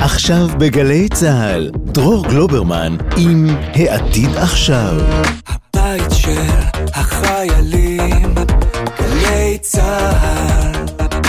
עכשיו בגלי צהל, דרור גלוברמן עם העתיד עכשיו. הבית של החיילים, גלי צהל.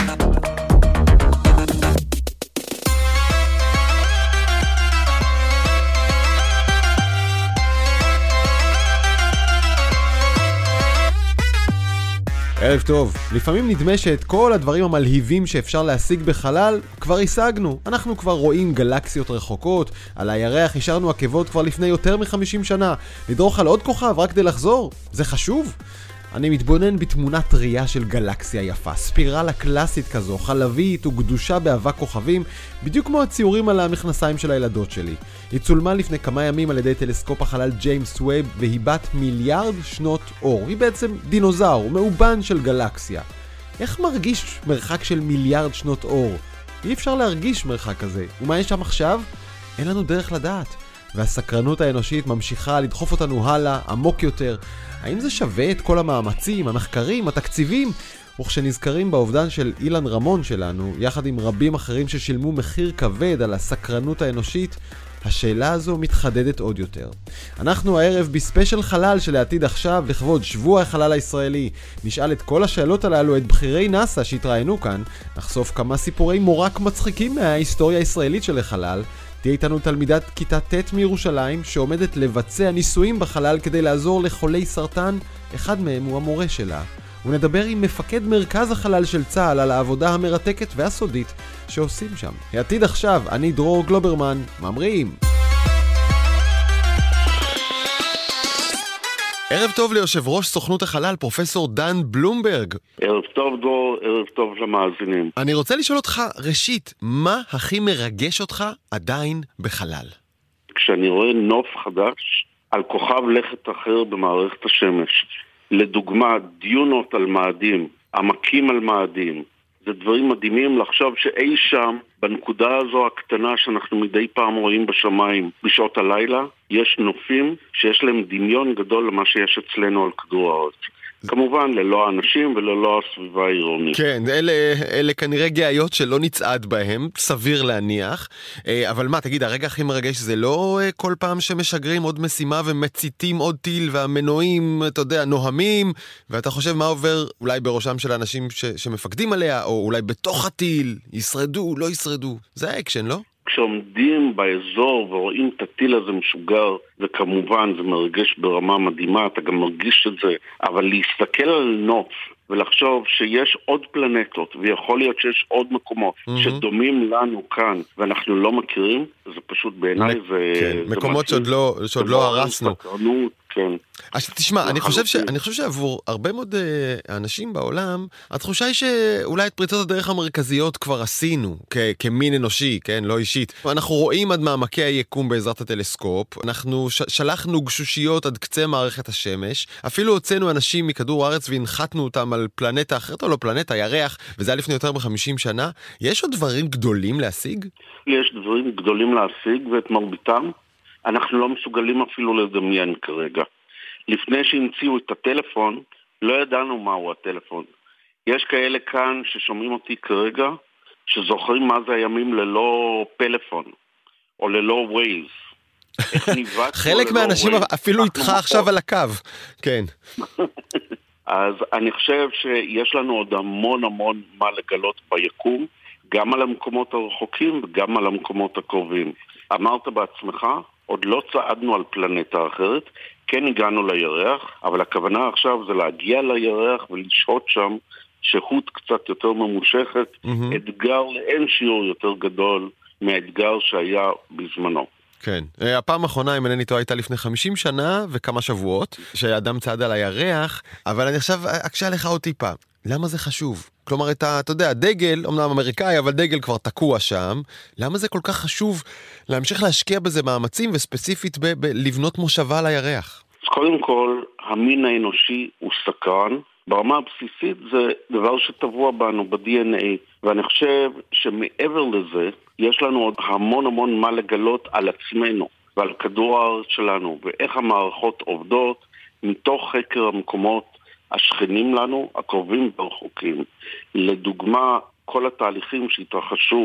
ערב טוב. לפעמים נדמה שאת כל הדברים המלהיבים שאפשר להשיג בחלל כבר השגנו. אנחנו כבר רואים גלקסיות רחוקות, על הירח השארנו עקבות כבר לפני יותר מ-50 שנה. לדרוך על עוד כוכב רק כדי לחזור? זה חשוב? אני מתבונן בתמונת ראייה של גלקסיה יפה, ספירלה קלאסית כזו, חלבית וגדושה באבק כוכבים, בדיוק כמו הציורים על המכנסיים של הילדות שלי. היא צולמה לפני כמה ימים על ידי טלסקופ החלל ג'יימס ווב, והיא בת מיליארד שנות אור. היא בעצם דינוזאור, מאובן של גלקסיה. איך מרגיש מרחק של מיליארד שנות אור? אי אפשר להרגיש מרחק כזה. ומה יש שם עכשיו? אין לנו דרך לדעת. והסקרנות האנושית ממשיכה לדחוף אותנו הלאה, עמוק יותר. האם זה שווה את כל המאמצים, המחקרים, התקציבים? וכשנזכרים באובדן של אילן רמון שלנו, יחד עם רבים אחרים ששילמו מחיר כבד על הסקרנות האנושית, השאלה הזו מתחדדת עוד יותר. אנחנו הערב בספיישל חלל של העתיד עכשיו לכבוד שבוע החלל הישראלי. נשאל את כל השאלות הללו את בכירי נאסא שהתראיינו כאן, נחשוף כמה סיפורי מורק מצחיקים מההיסטוריה הישראלית של החלל. תהיה איתנו תלמידת כיתה ט' מירושלים שעומדת לבצע ניסויים בחלל כדי לעזור לחולי סרטן, אחד מהם הוא המורה שלה. ונדבר עם מפקד מרכז החלל של צה"ל על העבודה המרתקת והסודית שעושים שם. העתיד עכשיו, אני דרור גלוברמן, ממריאים. ערב טוב ליושב ראש סוכנות החלל, פרופסור דן בלומברג. ערב טוב דרור, ערב טוב למאזינים. אני רוצה לשאול אותך, ראשית, מה הכי מרגש אותך עדיין בחלל? כשאני רואה נוף חדש על כוכב לכת אחר במערכת השמש, לדוגמה דיונות על מאדים, עמקים על מאדים, זה דברים מדהימים לחשוב שאי שם, בנקודה הזו הקטנה שאנחנו מדי פעם רואים בשמיים בשעות הלילה, יש נופים שיש להם דמיון גדול למה שיש אצלנו על כדור הארץ. כמובן ללא האנשים וללא הסביבה העירונית. כן, אלה כנראה גאיות שלא נצעד בהם, סביר להניח. אבל מה, תגיד, הרגע הכי מרגש זה לא כל פעם שמשגרים עוד משימה ומציתים עוד טיל והמנועים, אתה יודע, נוהמים, ואתה חושב מה עובר אולי בראשם של האנשים שמפקדים עליה, או אולי בתוך הטיל, ישרדו, לא ישרדו. זה האקשן, לא? כשעומדים באזור ורואים את הטיל הזה משוגר, וכמובן זה מרגש ברמה מדהימה, אתה גם מרגיש את זה, אבל להסתכל על נוף ולחשוב שיש עוד פלנטות, ויכול להיות שיש עוד מקומות שדומים לנו כאן, ואנחנו לא מכירים, זה פשוט בעיניי זה... מקומות שעוד לא הרסנו. כן. אז תשמע, אני חושב שעבור הרבה מאוד אנשים בעולם, התחושה היא שאולי את פריצות הדרך המרכזיות כבר עשינו, כמין אנושי, כן, לא אישית. אנחנו רואים עד מעמקי היקום בעזרת הטלסקופ, אנחנו שלחנו גשושיות עד קצה מערכת השמש, אפילו הוצאנו אנשים מכדור הארץ והנחתנו אותם על פלנטה אחרת או לא פלנטה, ירח, וזה היה לפני יותר מ-50 שנה. יש עוד דברים גדולים להשיג? יש דברים גדולים להשיג, ואת מרביתם אנחנו לא מסוגלים אפילו לדמיין כרגע. לפני שהמציאו את הטלפון, לא ידענו מהו הטלפון. יש כאלה כאן ששומעים אותי כרגע, שזוכרים מה זה הימים ללא פלאפון, או ללא ווייז. חלק מהאנשים אפילו איתך עכשיו על הקו. כן. אז אני חושב שיש לנו עוד המון מה לגלות ביקום, גם על המקומות הרחוקים וגם על המקומות הקרובים. אמרת בעצמך, עוד לא צעדנו על פלנטה אחרת, כן הגענו לירח, אבל הכוונה עכשיו זה להגיע לירח ולשהות שם שהות קצת יותר ממושכת, אתגר לאין שיעור יותר גדול מהאתגר שהיה בזמנו. כן. הפעם האחרונה, אם אינני טועה, הייתה לפני 50 שנה וכמה שבועות, שהאדם צעד על הירח, אבל אני עכשיו אקשה לך עוד טיפה. למה זה חשוב? כלומר, אתה יודע, דגל, אמנם אמריקאי, אבל דגל כבר תקוע שם. למה זה כל כך חשוב להמשיך להשקיע בזה מאמצים, וספציפית לבנות מושבה על הירח? אז קודם כל, המין האנושי הוא סקרן. ברמה הבסיסית זה דבר שטבוע בנו, ב-DNA. ואני חושב שמעבר לזה, יש לנו עוד המון מה לגלות על עצמנו ועל כדור הארץ שלנו, ואיך המערכות עובדות מתוך חקר המקומות השכנים לנו, הקרובים ורחוקים. לדוגמה, כל התהליכים שהתרחשו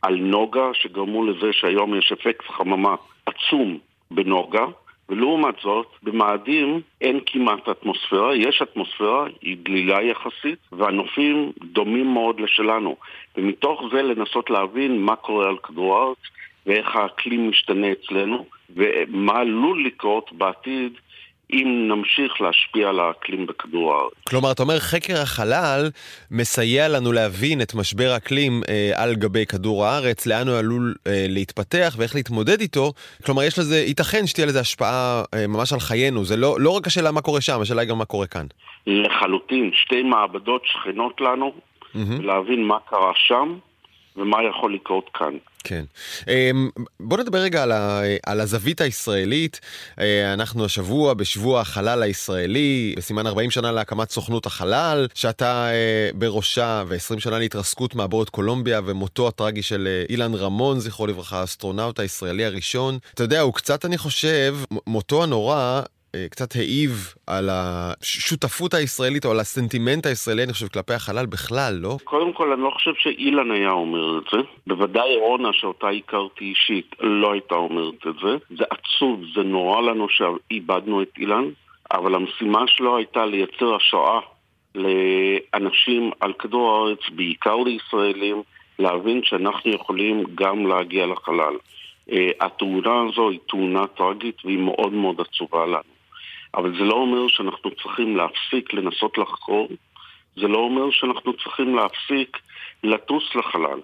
על נוגה, שגרמו לזה שהיום יש אפקט חממה עצום בנוגה, ולעומת זאת, במאדים אין כמעט אטמוספירה, יש אטמוספירה, היא דלילה יחסית, והנופים דומים מאוד לשלנו. ומתוך זה לנסות להבין מה קורה על כדור הארץ, ואיך האקלים משתנה אצלנו, ומה עלול לקרות בעתיד אם נמשיך להשפיע על האקלים בכדור הארץ. כלומר, אתה אומר, חקר החלל מסייע לנו להבין את משבר האקלים על גבי כדור הארץ, לאן הוא עלול להתפתח ואיך להתמודד איתו. כלומר, יש לזה, ייתכן שתהיה לזה השפעה ממש על חיינו. זה לא רק השאלה מה קורה שם, השאלה היא גם מה קורה כאן. לחלוטין, שתי מעבדות שכנות לנו, להבין מה קרה שם ומה יכול לקרות כאן. כן. בוא נדבר רגע על הזווית הישראלית. אנחנו השבוע בשבוע החלל הישראלי, בסימן 40 שנה להקמת סוכנות החלל, שאתה בראשה, ו20 שנה להתרסקות מעבורת קולומביה, ומותו הטרגי של אילן רמון, זכרו לברכה, האסטרונאוט הישראלי הראשון. אתה יודע, הוא קצת, אני חושב, מותו הנורא, קצת העיב על השותפות הישראלית או על הסנטימנט הישראלי, אני חושב, כלפי החלל בכלל, לא? קודם כל, אני לא חושב שאילן היה אומר את זה. בוודאי רונה, שאותה הכרתי אישית, לא הייתה אומרת את זה. זה עצוב, זה נורא לנו שאיבדנו את אילן, אבל המשימה שלו הייתה לייצר השראה לאנשים על כדור הארץ, בעיקר לישראלים, להבין שאנחנו יכולים גם להגיע לחלל. התאונה הזו היא תאונה טרגית והיא מאוד מאוד עצובה לנו. אבל זה לא אומר שאנחנו צריכים להפסיק לנסות לחקור, זה לא אומר שאנחנו צריכים להפסיק לטוס לחלל.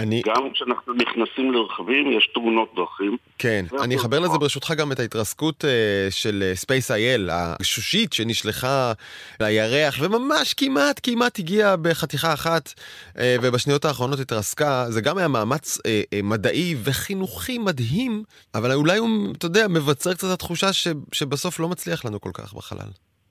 גם כשאנחנו נכנסים לרכבים, יש תאונות דרכים. כן, אני אחבר לזה ברשותך גם את ההתרסקות של Space.il, הגשושית שנשלחה לירח, וממש כמעט הגיעה בחתיכה אחת, ובשניות האחרונות התרסקה. זה גם היה מאמץ מדעי וחינוכי מדהים, אבל אולי הוא, אתה יודע, מבצר קצת התחושה שבסוף לא מצליח לנו כל כך בחלל.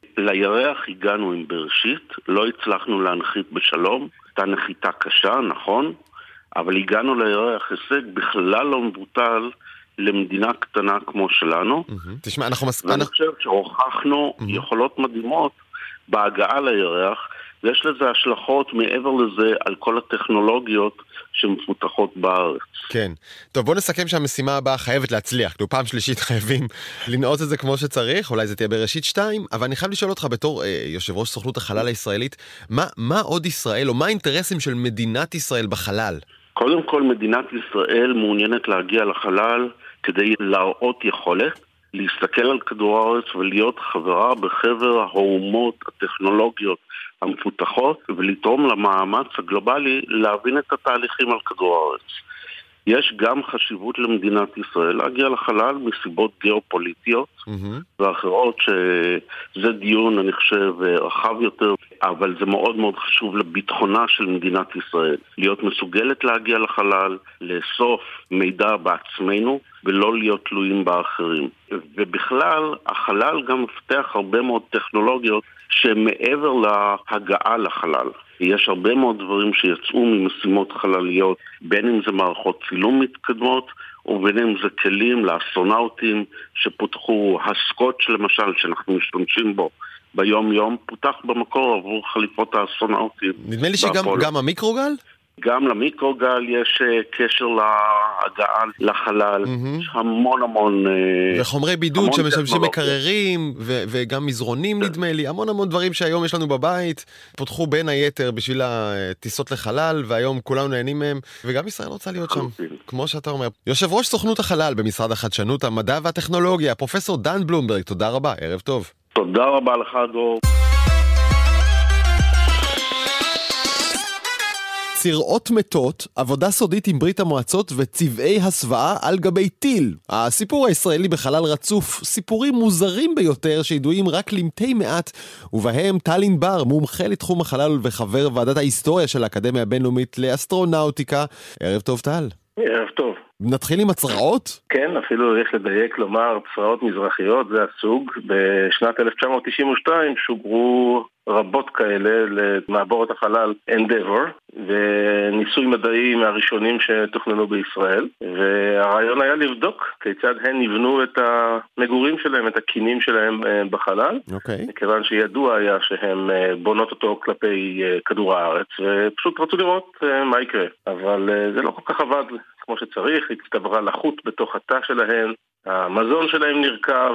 לירח הגענו עם בראשית, לא הצלחנו להנחית בשלום, הייתה נחיתה קשה, נכון, אבל הגענו לירח הישג בכלל לא מבוטל למדינה קטנה כמו שלנו. תשמע, ואני חושב שהוכחנו יכולות מדהימות בהגעה לירח, ויש לזה השלכות מעבר לזה על כל הטכנולוגיות שמפותחות בארץ. כן. טוב, בוא נסכם שהמשימה הבאה חייבת להצליח. כאילו, פעם שלישית חייבים לנעוץ את זה כמו שצריך, אולי זה תהיה בראשית 2, אבל אני חייב לשאול אותך בתור יושב ראש סוכנות החלל הישראלית, מה עוד ישראל, או מה האינטרסים של מדינת ישראל בחלל? קודם כל, מדינת ישראל מעוניינת להגיע לחלל כדי להראות יכולת, להסתכל על כדור הארץ ולהיות חברה בחבר האומות הטכנולוגיות המפותחות, ולתרום למאמץ הגלובלי להבין את התהליכים על כדור הארץ. יש גם חשיבות למדינת ישראל להגיע לחלל מסיבות גיאופוליטיות ואחרות, שזה דיון, אני חושב, רחב יותר, אבל זה מאוד מאוד חשוב לביטחונה של מדינת ישראל. להיות מסוגלת להגיע לחלל, לאסוף מידע בעצמנו, ולא להיות תלויים באחרים. ובכלל, החלל גם מפתח הרבה מאוד טכנולוגיות שמעבר להגעה לחלל. יש הרבה מאוד דברים שיצאו ממשימות חלליות, בין אם זה מערכות צילום מתקדמות, ובין אם זה כלים לאסטרונאוטים שפותחו, הסקוץ' למשל, שאנחנו משתמשים בו ביום יום, פותח במקור עבור חליפות האסטרונאוטים. נדמה לי שגם המיקרוגל? גם למיקרוגל יש קשר להגעה לחלל, יש המון וחומרי בידוד שמשמשים מקררים, וגם מזרונים נדמה לי, המון דברים שהיום יש לנו בבית, פותחו בין היתר בשביל הטיסות לחלל, והיום כולנו נהנים מהם, וגם ישראל רוצה להיות שם, כמו שאתה אומר. יושב ראש סוכנות החלל במשרד החדשנות, המדע והטכנולוגיה, פרופסור דן בלומברג, תודה רבה, ערב טוב. תודה רבה לך, דור. צירעות מתות, עבודה סודית עם ברית המועצות וצבעי הסוואה על גבי טיל. הסיפור הישראלי בחלל רצוף, סיפורים מוזרים ביותר שידועים רק למתי מעט, ובהם טל ענבר, מומחה לתחום החלל וחבר ועדת ההיסטוריה של האקדמיה הבינלאומית לאסטרונאוטיקה. ערב טוב טל. ערב טוב. נתחיל עם הצרעות? כן, אפילו יש לדייק לומר צרעות מזרחיות, זה הסוג. בשנת 1992 שוגרו רבות כאלה למעבורת החלל Endeavour, וניסוי מדעי מהראשונים שתוכננו בישראל, והרעיון היה לבדוק כיצד הן נבנו את המגורים שלהם, את הקינים שלהם בחלל, מכיוון שידוע היה שהן בונות אותו כלפי כדור הארץ, ופשוט רצו לראות מה יקרה. אבל זה לא כל כך עבד כמו שצריך, הצטברה לחות בתוך התא שלהן, המזון שלהם נרכב,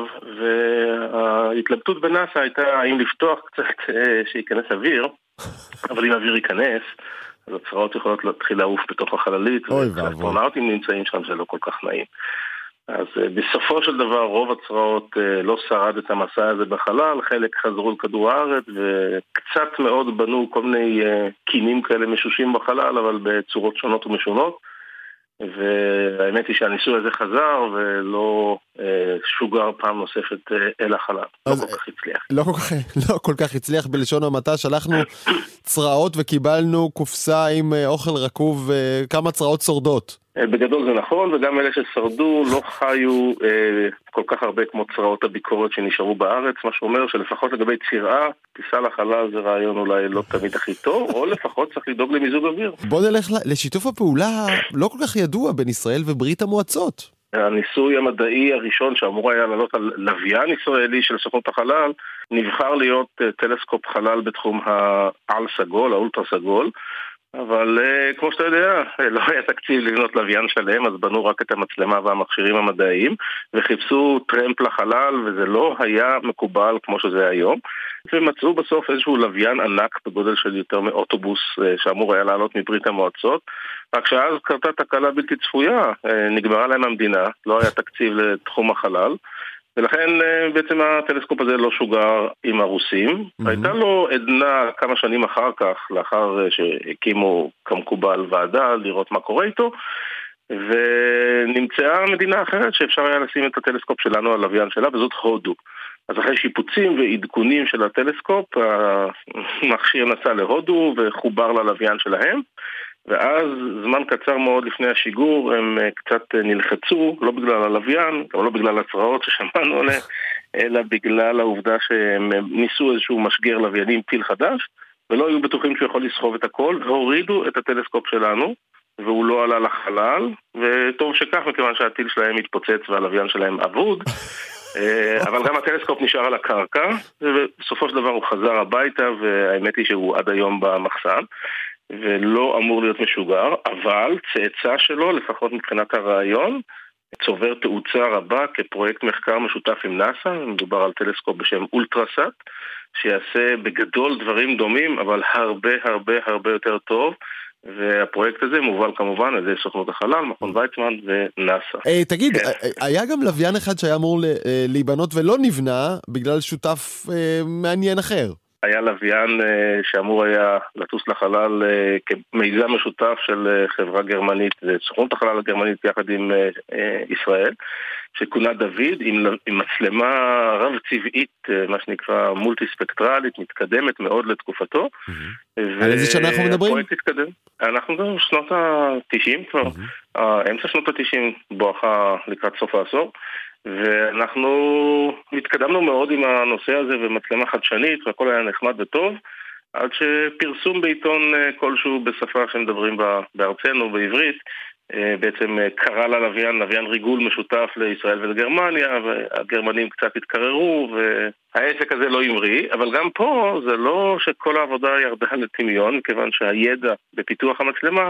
וההתלבטות בנאסא הייתה האם לפתוח קצת שייכנס אוויר, אבל אם אוויר ייכנס, אז הצרעות יכולות להתחיל לעוף בתוך החללית, והאסטרונאוטים נמצאים שם, זה לא כל כך נעים. אז בסופו של דבר רוב הצרעות לא שרד את המסע הזה בחלל, חלק חזרו לכדור הארץ, וקצת מאוד בנו כל מיני קינים כאלה משושים בחלל, אבל בצורות שונות ומשונות. והאמת היא שהניסוי הזה חזר ולא שוגר פעם נוספת אל החלל. לא כל כך הצליח. לא כל כך הצליח בלשון המעטה. שלחנו צרעות וקיבלנו קופסה עם אוכל רקוב, כמה צרעות שורדות. בגדול זה נכון, וגם אלה ששרדו לא חיו כל כך הרבה כמו צרעות הביקורת שנשארו בארץ, מה שאומר שלפחות לגבי צירעה, טיסה לחלל זה רעיון אולי לא תמיד הכי טוב, או לפחות צריך לדאוג למיזוג אוויר. בוא נלך לשיתוף הפעולה לא כל כך ידוע בין ישראל וברית המועצות. הניסוי המדעי הראשון שאמור היה לעלות על לוויין ישראלי של סוכנות החלל, נבחר להיות טלסקופ חלל בתחום העל סגול, האולטרה סגול, אבל כמו שאתה יודע, לא היה תקציב לבנות לוויין שלם, אז בנו רק את המצלמה והמכשירים המדעיים, וחיפשו טרמפ לחלל, וזה לא היה מקובל כמו שזה היום. ומצאו בסוף איזשהו לוויין ענק בגודל של יותר מאוטובוס שאמור היה לעלות מברית המועצות, רק שאז קרתה תקלה בלתי צפויה, נגמרה להם המדינה, לא היה תקציב לתחום החלל, ולכן בעצם הטלסקופ הזה לא שוגר עם הרוסים. הייתה לו עדנה כמה שנים אחר כך, לאחר שהקימו כמקובל ועדה לראות מה קורה איתו, ונמצאה מדינה אחרת שאפשר היה לשים את הטלסקופ שלנו על לוויין שלה, וזאת הודו. אז אחרי שיפוצים ועדכונים של הטלסקופ, המכשיר נסע להודו וחובר ללוויין שלהם, ואז זמן קצר מאוד לפני השיגור הם קצת נלחצו, לא בגלל הלוויין, גם לא בגלל הצרעות ששמענו עליהן, אלא בגלל העובדה שהם ניסו איזשהו משגר לוויינים טיל חדש, ולא היו בטוחים שהוא יכול לסחוב את הכל, והורידו את הטלסקופ שלנו, והוא לא עלה לחלל, וטוב שכך מכיוון שהטיל שלהם התפוצץ והלוויין שלהם אבוד, אבל גם הטלסקופ נשאר על הקרקע, ובסופו של דבר הוא חזר הביתה, והאמת היא שהוא עד היום במחסן, ולא אמור להיות משוגר, אבל צאצא שלו, לפחות מבחינת הרעיון, צובר תאוצה רבה כפרויקט מחקר משותף עם נאסא, מדובר על טלסקופ בשם אולטרסאט, שיעשה בגדול דברים דומים, אבל הרבה הרבה הרבה יותר טוב, והפרויקט הזה מובל כמובן על ידי סוכנות החלל, מכון ויצמן ונאסא. תגיד, היה גם לוויין אחד שהיה אמור להיבנות ולא נבנה בגלל שותף מעניין אחר. היה לוויין שאמור היה לטוס לחלל כמיזם משותף של חברה גרמנית, סוכנות החלל הגרמנית יחד עם ישראל, שכונה דוד, עם מצלמה רב צבעית, מה שנקרא מולטי ספקטרלית, מתקדמת מאוד לתקופתו. על איזה שנה אנחנו מדברים? אנחנו גם שנות ה-90 כבר, אמצע שנות ה-90 בואכה לקראת סוף העשור, ואנחנו התקדמנו מאוד עם הנושא הזה ומצלמה חדשנית והכל היה נחמד וטוב, עד שפרסום בעיתון כלשהו בשפה שמדברים בארצנו בעברית בעצם קרא ללוויין ריגול משותף לישראל ולגרמניה, והגרמנים קצת התקררו והעסק הזה לא ימריא, אבל גם פה זה לא שכל העבודה ירדה לטמיון, כיוון שהידע בפיתוח המצלמה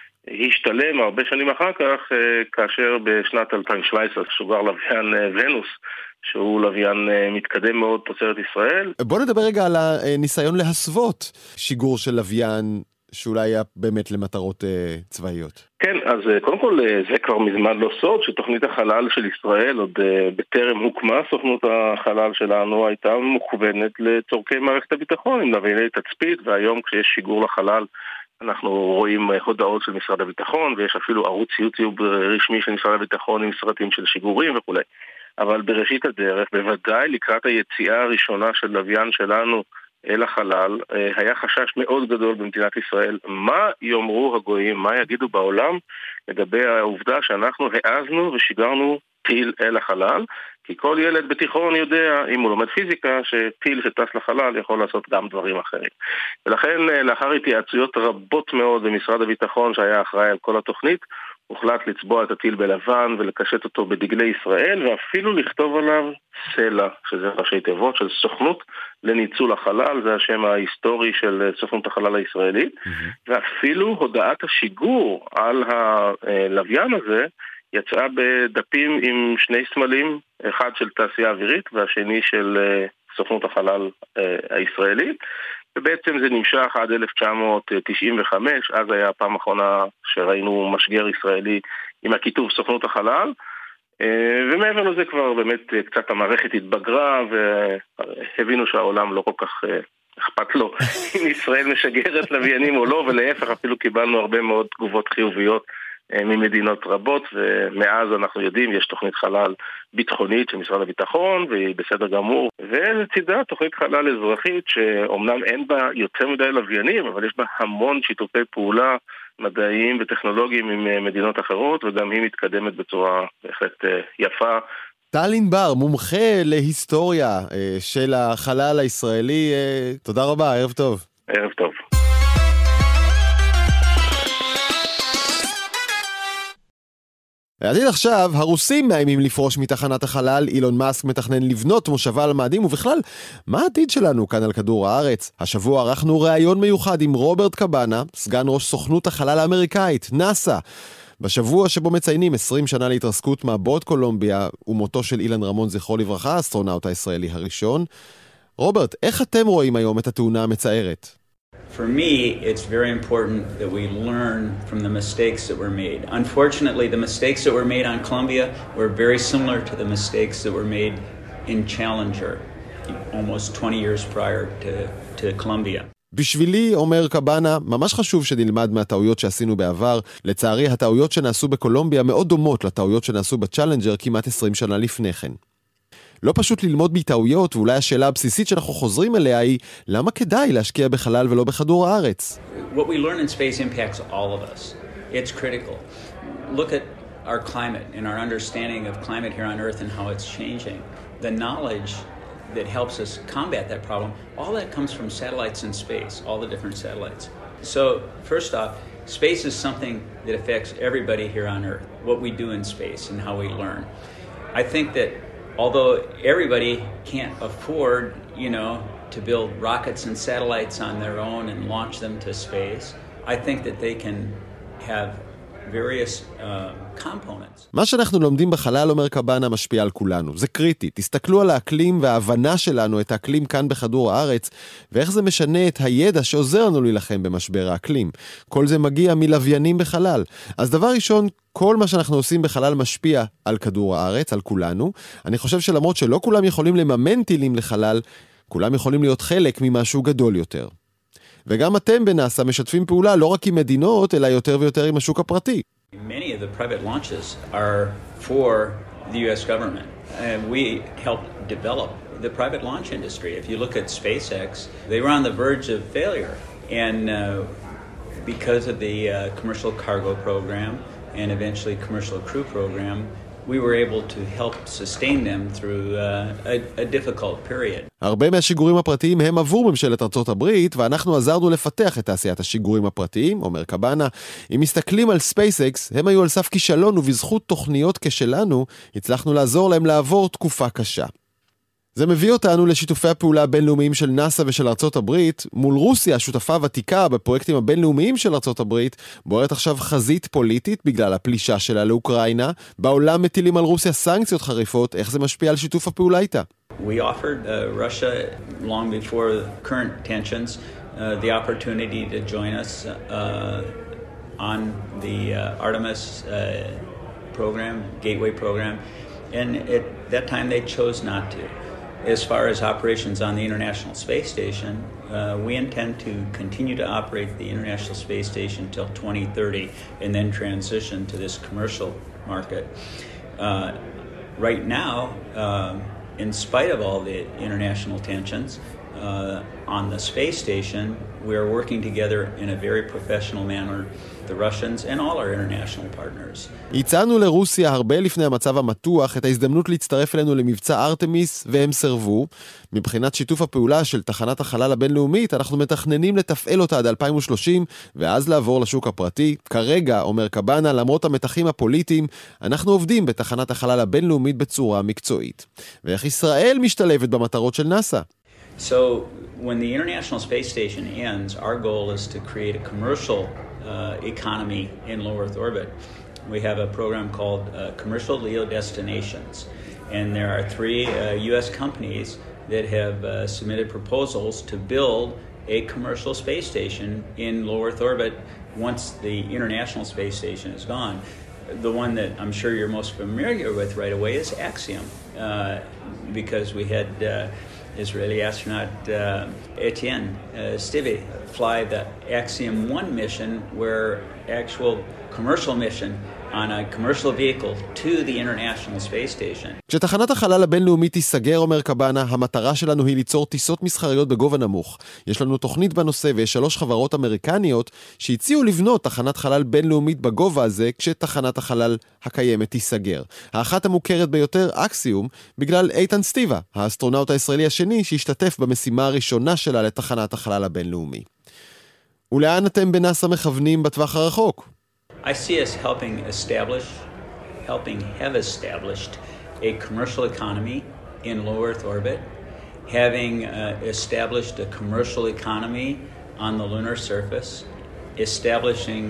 השתלם הרבה שנים אחר כך, כאשר בשנת 2017 שוגר לוויין ונוס, שהוא לוויין מתקדם מאוד תוצרת ישראל. בוא נדבר רגע על הניסיון להסוות שיגור של לוויין שאולי היה באמת למטרות צבאיות. כן, אז קודם כל זה כבר מזמן לא סוד שתוכנית החלל של ישראל, עוד בטרם הוקמה סוכנות החלל שלנו, הייתה מוכוונת לצורכי מערכת הביטחון עם לווייני תצפית, והיום כשיש שיגור לחלל אנחנו רואים הודעות של משרד הביטחון, ויש אפילו ערוץ יוטיוב רשמי של משרד הביטחון עם סרטים של שיגורים וכו'. אבל בראשית הדרך, בוודאי לקראת היציאה הראשונה של לוויין שלנו אל החלל, היה חשש מאוד גדול במדינת ישראל. מה יאמרו הגויים, מה יגידו בעולם לגבי העובדה שאנחנו העזנו ושיגרנו טיל אל החלל? כי כל ילד בתיכון יודע, אם הוא לומד פיזיקה, שטיל שטס לחלל יכול לעשות גם דברים אחרים. ולכן, לאחר התייעצויות רבות מאוד במשרד הביטחון שהיה אחראי על כל התוכנית, הוחלט לצבוע את הטיל בלבן ולקשט אותו בדגלי ישראל, ואפילו לכתוב עליו סלע, שזה ראשי תיבות של סוכנות לניצול החלל, זה השם ההיסטורי של סוכנות החלל הישראלית, ואפילו הודעת השיגור על הלוויין הזה יצאה בדפים עם שני סמלים, אחד של תעשייה אווירית והשני של סוכנות החלל הישראלית, ובעצם זה נמשך עד 1995, אז היה הפעם האחרונה שראינו משגר ישראלי עם הכיתוב סוכנות החלל, ומעבר לזה כבר באמת קצת המערכת התבגרה, והבינו שהעולם לא כל כך אכפת לו אם ישראל משגרת לוויינים או לא, ולהפך אפילו קיבלנו הרבה מאוד תגובות חיוביות ממדינות רבות, ומאז אנחנו יודעים, יש תוכנית חלל ביטחונית של משרד הביטחון, והיא בסדר גמור, ולצידה תוכנית חלל אזרחית, שאומנם אין בה יותר מדי לוויינים, אבל יש בה המון שיתופי פעולה מדעיים וטכנולוגיים עם מדינות אחרות, וגם היא מתקדמת בצורה בהחלט יפה. טל ענבר, מומחה להיסטוריה של החלל הישראלי, תודה רבה, ערב טוב. ערב טוב. העתיד עכשיו, הרוסים מאיימים לפרוש מתחנת החלל, אילון מאסק מתכנן לבנות מושבה על מאדים, ובכלל, מה העתיד שלנו כאן על כדור הארץ? השבוע ערכנו ראיון מיוחד עם רוברט קבאנה, סגן ראש סוכנות החלל האמריקאית, נאסא. בשבוע שבו מציינים 20 שנה להתרסקות מעבורת קולומביה, ומותו של אילן רמון זכרו לברכה, האסטרונאוט הישראלי הראשון. רוברט, איך אתם רואים היום את התאונה המצערת? For me, it's very important that we learn from the mistakes that were made. Unfortunately, the mistakes that were made on Columbia were very similar to the mistakes that were made in Challenger, almost 20 years prior to Columbia. בשבילי, אומר קבאנה, ממש חשוב שנלמד מהטעויות שעשינו בעבר. לצערי, הטעויות שנעשו בקולומביה מאוד דומות לטעויות שנעשו בצ'אלנג'ר כמעט 20 שנה לפני כן. לא פשוט ללמוד מטעויות, ואולי השאלה הבסיסית שאנחנו חוזרים אליה היא, למה כדאי להשקיע בחלל ולא בכדור הארץ? What we learn in space impacts all of us. It's critical. Look at our climate and our understanding of climate here on Earth and how it's changing. The knowledge that helps us combat that problem, all that comes from satellites in space, all the different satellites. So, first off, space is something that affects everybody here on Earth, what we do in space and how we learn. I think that although everybody can't afford, to build rockets and satellites on their own and launch them to space, I think that they can have various components. מה שאנחנו לומדים בחלל, אומר קבאנה, משפיע על כולנו. זה קריטי. תסתכלו על האקלים וההבנה שלנו, את האקלים כאן בכדור הארץ, ואיך זה משנה את הידע שעוזר לנו להילחם במשבר האקלים. כל זה מגיע מלוויינים בחלל. אז דבר ראשון, כל מה שאנחנו עושים בחלל משפיע על כדור הארץ, על כולנו. אני חושב שלמרות שלא כולם יכולים לממן טילים לחלל, כולם יכולים להיות חלק ממשהו גדול יותר. וגם אתם בנאסא משתפים פעולה לא רק עם מדינות, אלא יותר ויותר עם השוק הפרטי. Many of the private launches are for the U.S. government. We helped develop the private launch industry. If you look at SpaceX, they were on the verge of failure. And because of the commercial cargo program and eventually commercial crew program, we were able to help sustain them through a difficult period. הרבה מהשיגורים הפרטיים הם עבור ממשלת ארצות הברית, ואנחנו עזרנו לפתח את תעשיית השיגורים הפרטיים, אומר קבאנה. אם מסתכלים על SpaceX, הם היו על סף כישלון, ובזכות תוכניות כשלנו, הצלחנו לעזור להם לעבור תקופה קשה. זה מביא אותנו לשיתופי הפעולה הבינלאומיים של נאסא ושל ארצות הברית. מול רוסיה, השותפה הוותיקה בפרויקטים הבינלאומיים של ארצות הברית, בוערת עכשיו חזית פוליטית בגלל הפלישה שלה לאוקראינה. בעולם מטילים על רוסיה סנקציות חריפות. איך זה משפיע על שיתוף הפעולה איתה? We offered Russia, long before the current tensions, the opportunity to join us on the Artemis program, Gateway program, and at that time they chose not to. As far as operations on the International Space Station, we intend to continue to operate the International Space Station until 2030 and then transition to this commercial market. Right now, in spite of all the international tensions, on the space station, we are working together in a very professional manner, the Russians and all our international partners. הצענו לרוסיה הרבה לפני המצב המתוח את ההזדמנות להצטרף אלינו למבצע ארטמיס, והם סרבו. מבחינת שיתוף הפעולה של תחנת החלל הבינלאומית, אנחנו מתכננים לתפעל אותה עד 2030, ואז לעבור לשוק הפרטי. כרגע, אומר קבנה, למרות המתחים הפוליטיים, אנחנו עובדים בתחנת החלל הבינלאומית בצורה מקצועית. ואיך ישראל משתלבת במטרות של נאס"א? So when the International Space Station ends, our goal is to create a commercial economy in low Earth orbit. We have a program called Commercial LEO Destinations, and there are 3 U.S. companies that have submitted proposals to build a commercial space station in low Earth orbit once the International Space Station is gone. The one that I'm sure you're most familiar with right away is Axiom, because we had Israeli astronaut Etienne Stivy fly the Axiom 1 mission, where actual commercial mission on a commercial vehicle to the International Space Station. כשתחנת החלל הבינלאומית תיסגר, אומר קבנה, המטרה שלנו היא ליצור טיסות מסחריות בגובה נמוך. יש לנו תוכנית בנושא ויש 3 חברות אמריקניות שהציעו לבנות תחנת חלל בינלאומית בגובה הזה כשתחנת החלל הקיימת תיסגר. האחת המוכרת ביותר, אקסיום, בגלל איתן סטיבה, האסטרונאוט הישראלי השני שהשתתף במשימה הראשונה שלה לתחנת החלל הבינלאומי. ולאן אתם בנאס"א מכוונים בטווח הרחוק? I see us helping have established a commercial economy in low Earth orbit, having established a commercial economy on the lunar surface, establishing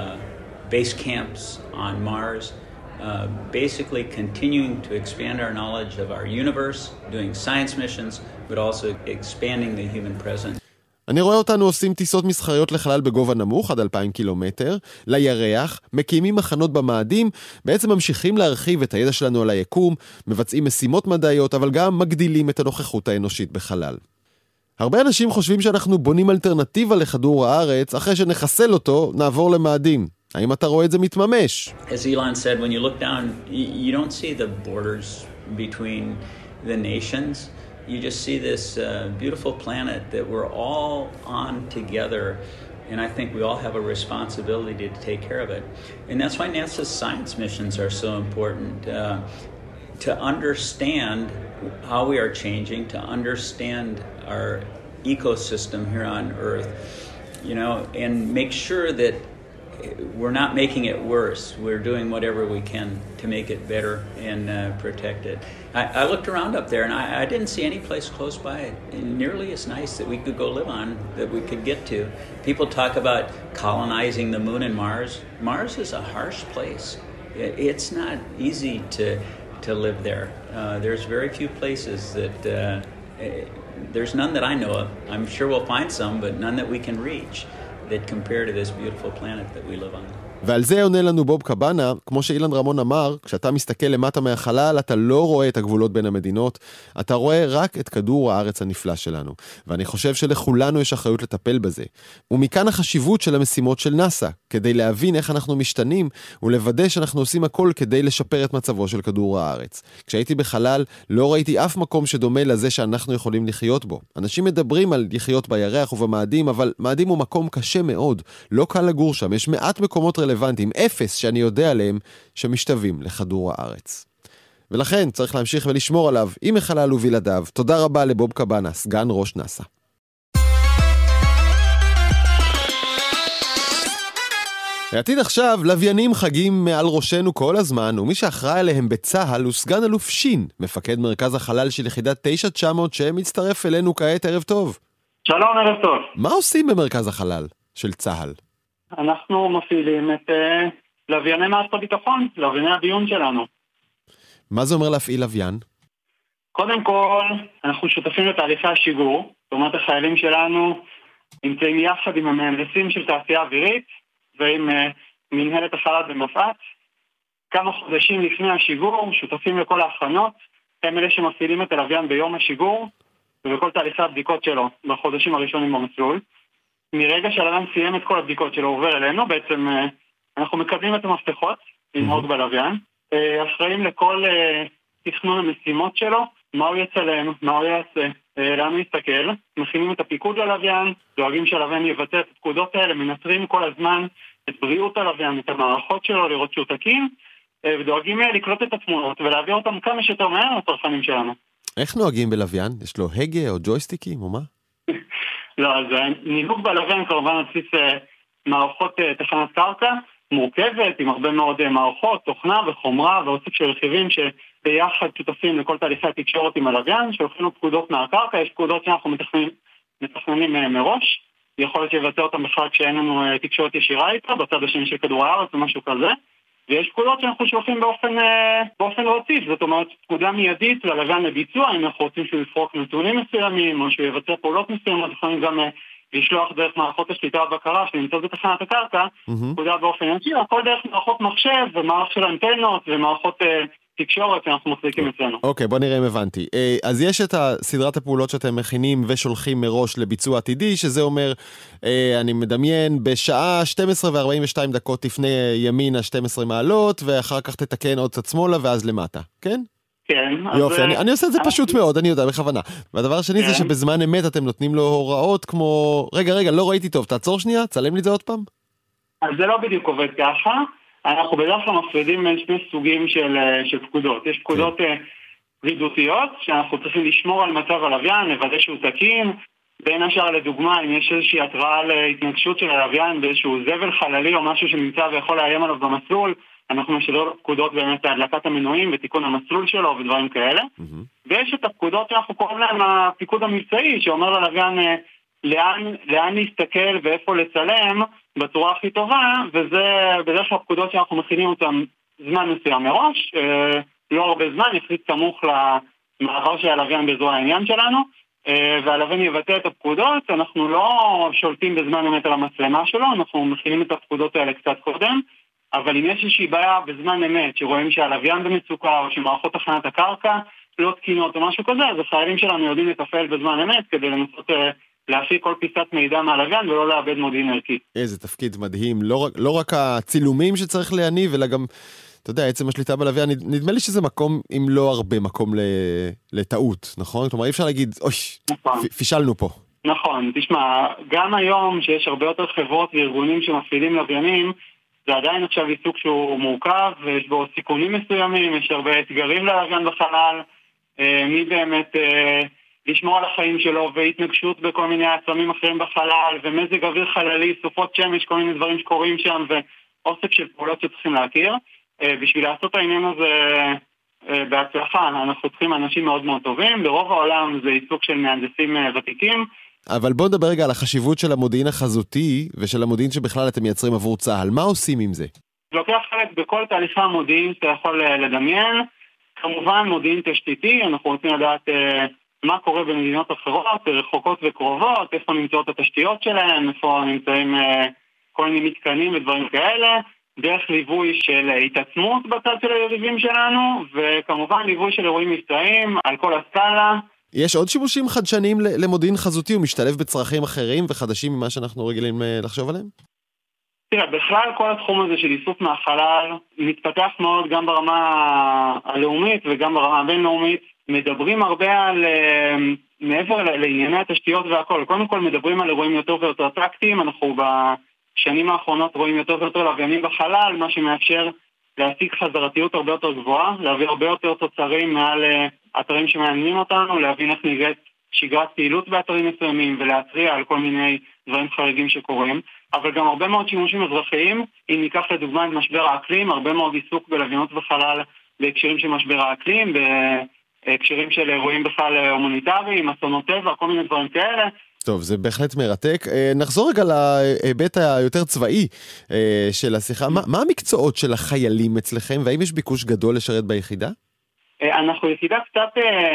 base camps on Mars, basically continuing to expand our knowledge of our universe, doing science missions, but also expanding the human presence. אני רואה אותנו עושים טיסות מסחריות לחלל בגובה נמוך עד 2,000 קילומטר, לירח, מקימים מחנות במאדים, בעצם ממשיכים להרחיב את הידע שלנו על היקום, מבצעים משימות מדעיות, אבל גם מגדילים את הנוכחות האנושית בחלל. הרבה אנשים חושבים שאנחנו בונים אלטרנטיבה לכדור הארץ, אחרי שנחסל אותו, נעבור למאדים. האם אתה רואה את זה מתממש? As Elon said, when you look down, you don't see the borders between the nations. You just see this beautiful planet that we're all on together, and I think we all have a responsibility to take care of it. And that's why NASA's science missions are so important, to understand how we are changing, to understand our ecosystem here on Earth, you know, and make sure that we're not making it worse. We're doing whatever we can to make it better and protect it. I looked around up there and I didn't see any place close by nearly as nice that we could go live on, that we could get to. People talk about colonizing the moon and Mars. Mars is a harsh place. It's not easy to live there. There's very few places that, there's none that I know of. I'm sure we'll find some, but none that we can reach that compare to this beautiful planet that we live on. ועל זה עונה לנו בוב קבנה, כמו שאילן רמון אמר, כשאתה מסתכל למטה מהחלל, אתה לא רואה את הגבולות בין המדינות, אתה רואה רק את כדור הארץ הנפלא שלנו. ואני חושב שלכולנו יש אחריות לטפל בזה. ומכאן החשיבות של המשימות של נאס"א, כדי להבין איך אנחנו משתנים, ולוודא שאנחנו עושים הכל כדי לשפר את מצבו של כדור הארץ. כשהייתי בחלל, לא ראיתי אף מקום שדומה לזה שאנחנו יכולים לחיות בו. אנשים מדברים על לחיות בירח ובמאדים, אבל מאדים הוא מקום קשה מאוד. לא קל לגור שם, יש מעט מקומות רלוונטיים, 0 שאני יודע עליהם, שמשתווים לכדור הארץ. ולכן צריך להמשיך ולשמור עליו, עם מחלל ובלעדיו. תודה רבה לבוב קבנה, סגן ראש נאס"א. העתיד עכשיו, לוויינים חגים מעל ראשנו כל הזמן, ומי שאחראי עליהם בצהל הוא סגן אלוף שין, מפקד מרכז החלל של יחידת 9900, שמצטרף אלינו כעת. ערב טוב. שלום, ערב טוב. מה עושים במרכז החלל של צהל? אנחנו מפעילים את לווייני מערכת הביטחון, לווייני הדיון שלנו. מה זה אומר להפעיל לוויין? קודם כל, אנחנו שותפים לתהליכי השיגור. זאת אומרת, החיילים שלנו נמצאים יחד עם המהנדסים של תעשייה אווירית ועם מנהלת החלל במפעת. כמה חודשים לפני השיגור, שותפים לכל ההכנות. הם אלה שמפעילים את הלוויין ביום השיגור ובכל תהליכי הבדיקות שלו בחודשים הראשונים במסלול. מרגע שהלוויין סיים את כל הבדיקות שלו עובר אלינו, בעצם אנחנו מקבלים את המפתחות לנהוג בלוויין, אחראים לכל תכנון המשימות שלו, מה הוא יצלם, מה הוא יעשה, לאן הוא יסתכל, מכינים את הפיקוד ללוויין, דואגים שהלוויין יבצע את הפקודות האלה, מנטרים כל הזמן את בריאות הלוויין, את המערכות שלו, לראות שהוא תקין, ודואגים לקלוט את התמונות ולהעביר אותם כמה שיותר מהר לצרכנים שלנו. איך נוהגים בלוויין? יש לו הגה או ג'ויסטיקים או מה? לא, אז ניהוג בלוויין כמובן על בסיס מערכות תחנת קרקע, מורכבת עם הרבה מאוד מערכות, תוכנה וחומרה ואוסף של רכיבים שביחד שותפים לכל תהליכי התקשורת עם הלוויין, שהולכים לו פקודות מהקרקע, יש פקודות שאנחנו מתכננים מראש, יכול להיות שיבצע אותם בכלל כשאין לנו תקשורת ישירה איתה, בצד השני של כדור הארץ או משהו כזה, ויש פקודות שאנחנו שולחים באופן רציף, זאת אומרת פקודה מיידית ללוויין לביצוע, אם אנחנו רוצים שהוא יפרוק נתונים מסוימים או שהוא יבצע פעולות מסוימות, יכולים גם לשלוח דרך מערכות השליטה והבקרה שנמצאות בתחנת הקרקע, פקודה באופן ישיר, הכל דרך מערכות מחשב ומערכות של אנטנות ומערכות תקשורת שאנחנו מחזיקים אצלנו. אוקיי, בוא נראה אם הבנתי. אז יש את סדרת הפעולות שאתם מכינים ושולחים מראש לביצוע עתידי, שזה אומר, אני מדמיין, בשעה 12:42 דקות לפני ימינה 12 מעלות, ואחר כך תתקן עוד קצת שמאלה ואז למטה, כן? כן. יופי, אני עושה את זה פשוט מאוד, אני יודע, בכוונה. והדבר השני זה שבזמן אמת אתם נותנים לו הוראות כמו, רגע, לא ראיתי טוב, תעצור שנייה, צלם לי זה עוד פעם. אז זה לא בדיוק עובד ככה. אנחנו בדרך כלל מפרידים בין שני סוגים של פקודות. יש פקודות רידותיות, שאנחנו צריכים לשמור על מצב הלוויין, לוודא שהוא תקין. בין השאר לדוגמה, אם יש איזושהי התראה להתנגשות של הלוויין באיזשהו זבל חללי או משהו שנמצא ויכול לאיים עליו במסלול, אנחנו משדר פקודות באמת להדלקת המנועים ותיקון המסלול שלו ודברים כאלה. ויש את הפקודות שאנחנו קוראים להם הפיקוד המבצעי, שאומר ללוויין לאן להסתכל ואיפה לצלם בצורה הכי טובה, וזה בדרך כלל פקודות שאנחנו מכינים אותם זמן מסוים מראש, לא הרבה זמן, יחסית סמוך למעבר של הלוויין באזור העניין שלנו, והלוויין יבטא את הפקודות, אנחנו לא שולטים בזמן אמת על המצלמה שלו, אנחנו מכינים את הפקודות האלה קצת קודם, אבל אם יש איזושהי בעיה בזמן אמת, שרואים שהלוויין במצוקה או שמערכות תחנת הקרקע לא תקינות או משהו כזה, אז החיילים שלנו יודעים לטפל בזמן אמת כדי לנסות להפיק כל פיסת מידע מהלוויין ולא לאבד מודיעין ערכי. איזה תפקיד מדהים, לא רק הצילומים שצריך להניב, אלא גם, אתה יודע, עצם השליטה בלוויין, נדמה לי שזה מקום, אם לא הרבה מקום לטעות, נכון? כלומר, אי אפשר להגיד, אוי, פישלנו פה. נכון, תשמע, גם היום שיש הרבה יותר חברות וארגונים שמפעילים לוויינים, זה עדיין עכשיו עיסוק שהוא מורכב, ויש בו סיכונים מסוימים, יש הרבה אתגרים ללוויין בחלל, מי באמת לשמור על החיים שלו, והתנגשות בכל מיני עצמים אחרים בחלל, ומזג אוויר חללי, סופות שמש, כל מיני דברים שקורים שם, ואוסף של פעולות שצריכים להכיר. בשביל לעשות את העניין הזה בהצלחה, אנחנו צריכים אנשים מאוד מאוד טובים, ברוב העולם זה עיסוק של מהנדסים ותיקים. אבל בוא נדבר רגע על החשיבות של המודיעין החזותי, ושל המודיעין שבכלל אתם מייצרים עבור צה"ל. מה עושים עם זה? לוקח חלק בכל תהליכי המודיעין שאתה יכול לדמיין, כמובן מודיעין תשתיתי, אנחנו רוצים לדעת מה קורה במדינות אחרות, רחוקות וקרובות, איפה נמצאות התשתיות שלהם, איפה נמצאים כל מיני מתקנים ודברים כאלה, דרך ליווי של התעצמות בצד של היריבים שלנו, וכמובן ליווי של אירועים מבצעיים על כל הסקאלה. יש עוד שימושים חדשניים למודיעין חזותי, הוא משתלב בצרכים אחרים וחדשים ממה שאנחנו רגילים לחשוב עליהם? תראה, בכלל כל התחום הזה של איסוף מהחלל מתפתח מאוד גם ברמה הלאומית וגם ברמה הבינלאומית. מדברים הרבה על מעבר לענייני התשתיות והכל. קודם כל מדברים על אירועים יותר ויותר טרקטיים, אנחנו בשנים האחרונות רואים יותר ויותר לוויינים בחלל, מה שמאפשר להשיג חזרתיות הרבה יותר גבוהה, להביא הרבה יותר תוצרים מעל אתרים שמעניינים אותנו, להבין איך נראית שגרת פעילות באתרים מסוימים ולהתריע על כל מיני דברים חריגים שקורים, אבל גם הרבה מאוד שימושים אזרחיים. אם ניקח לדוגמה את משבר האקלים, הרבה מאוד עיסוק בלוויינות וחלל בהקשרים של משבר האקלים, בהקשרים של אירועים בכלל הומניטריים, אסונות טבע, כל מיני דברים כאלה. טוב, זה בהחלט מרתק. נחזור רגע להיבט היותר צבאי של השיחה. מה המקצועות של החיילים אצלכם, והאם יש ביקוש גדול לשרת ביחידה? אנחנו יחידה קצת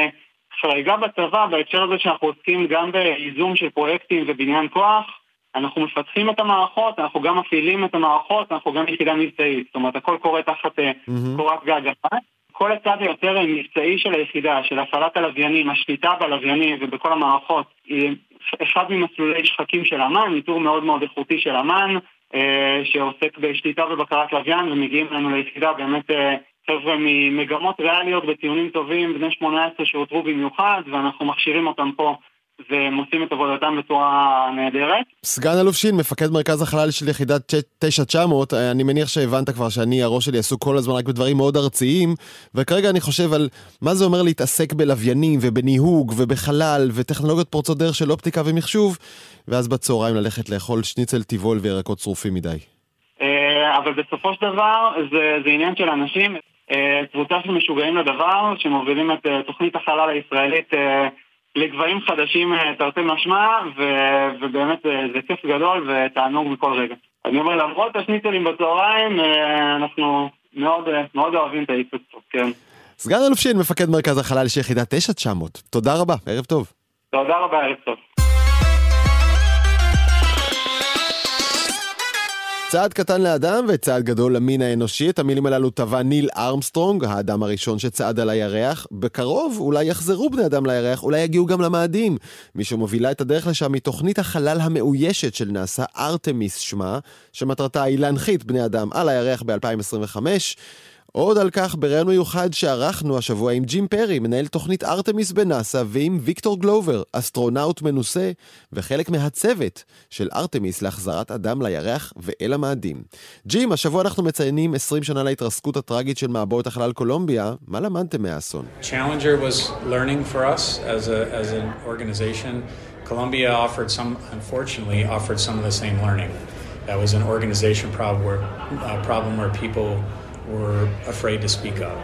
חריגה בצבא, בהקשר הזה שאנחנו עוסקים גם באיזום של פרויקטים ובניין כוח. אנחנו מפתחים את המערכות, אנחנו גם מפעילים את המערכות, אנחנו גם יחידה מבצעית. זאת אומרת, הכל קורה תחת קורת גג אחת. כל הצד היותר מבצעי של היחידה, של הפעלת הלוויינים, השליטה בלוויינים ובכל המערכות, היא אחד ממסלולי שחקים של אמן, ניטור מאוד מאוד איכותי של אמן, שעוסק בשליטה ובקרת לוויין, ומגיעים לנו ליחידה באמת חבר'ה ממגמות ריאליות בציונים טובים, בני 18 שהותרו במיוחד, ואנחנו מכשירים אותם פה והם עושים את עבודתם בצורה נהדרת. סגן אלוף שין, מפקד מרכז החלל של יחידת 9900, אני מניח שהבנת כבר שאני, הראש שלי עסוק כל הזמן רק בדברים מאוד ארציים, וכרגע אני חושב על מה זה אומר להתעסק בלוויינים ובניהוג ובחלל וטכנולוגיות פורצות דרך של אופטיקה ומחשוב, ואז בצהריים ללכת לאכול שניצל טבעול וירקות צרופים מדי. אבל בסופו של דבר זה עניין של אנשים, קבוצה של משוגעים לדבר, שמובילים את תוכנית החלל הישראלית לגבהים חדשים תרתי משמע, ובאמת זה כיף גדול ותענוג מכל רגע. אני אומר, למרות השניצלים בצהריים, אנחנו מאוד אוהבים את העיסוק פה, כן. סגן אלוף שין, מפקד מרכז החלל של יחידת 9900. תודה רבה, ערב טוב. תודה רבה, ערב טוב. צעד קטן לאדם וצעד גדול למין האנושי. את המילים הללו טבע ניל ארמסטרונג, האדם הראשון שצעד על הירח. בקרוב אולי יחזרו בני אדם לירח, אולי יגיעו גם למאדים. מי שמובילה את הדרך לשם מתוכנית החלל המאוישת של נאסא, ארטמיס שמה, שמטרתה היא להנחית בני אדם על הירח ב-2025. עוד על כך ברעיון מיוחד שערכנו השבוע עם ג'ים פרי, מנהל תוכנית ארטמיס בנאסא, ועם ויקטור גלובר, אסטרונאוט מנוסה, וחלק מהצוות של ארטמיס להחזרת אדם לירח ואל המאדים. ג'ים, השבוע אנחנו מציינים 20 שנה להתרסקות הטרגית של מעבורת החלל קולומביה. מה למדתם מהאסון? Challenger was learning for us as an organization. Columbia unfortunately offered some of the same learning. That was an organization problem where people were afraid to speak up.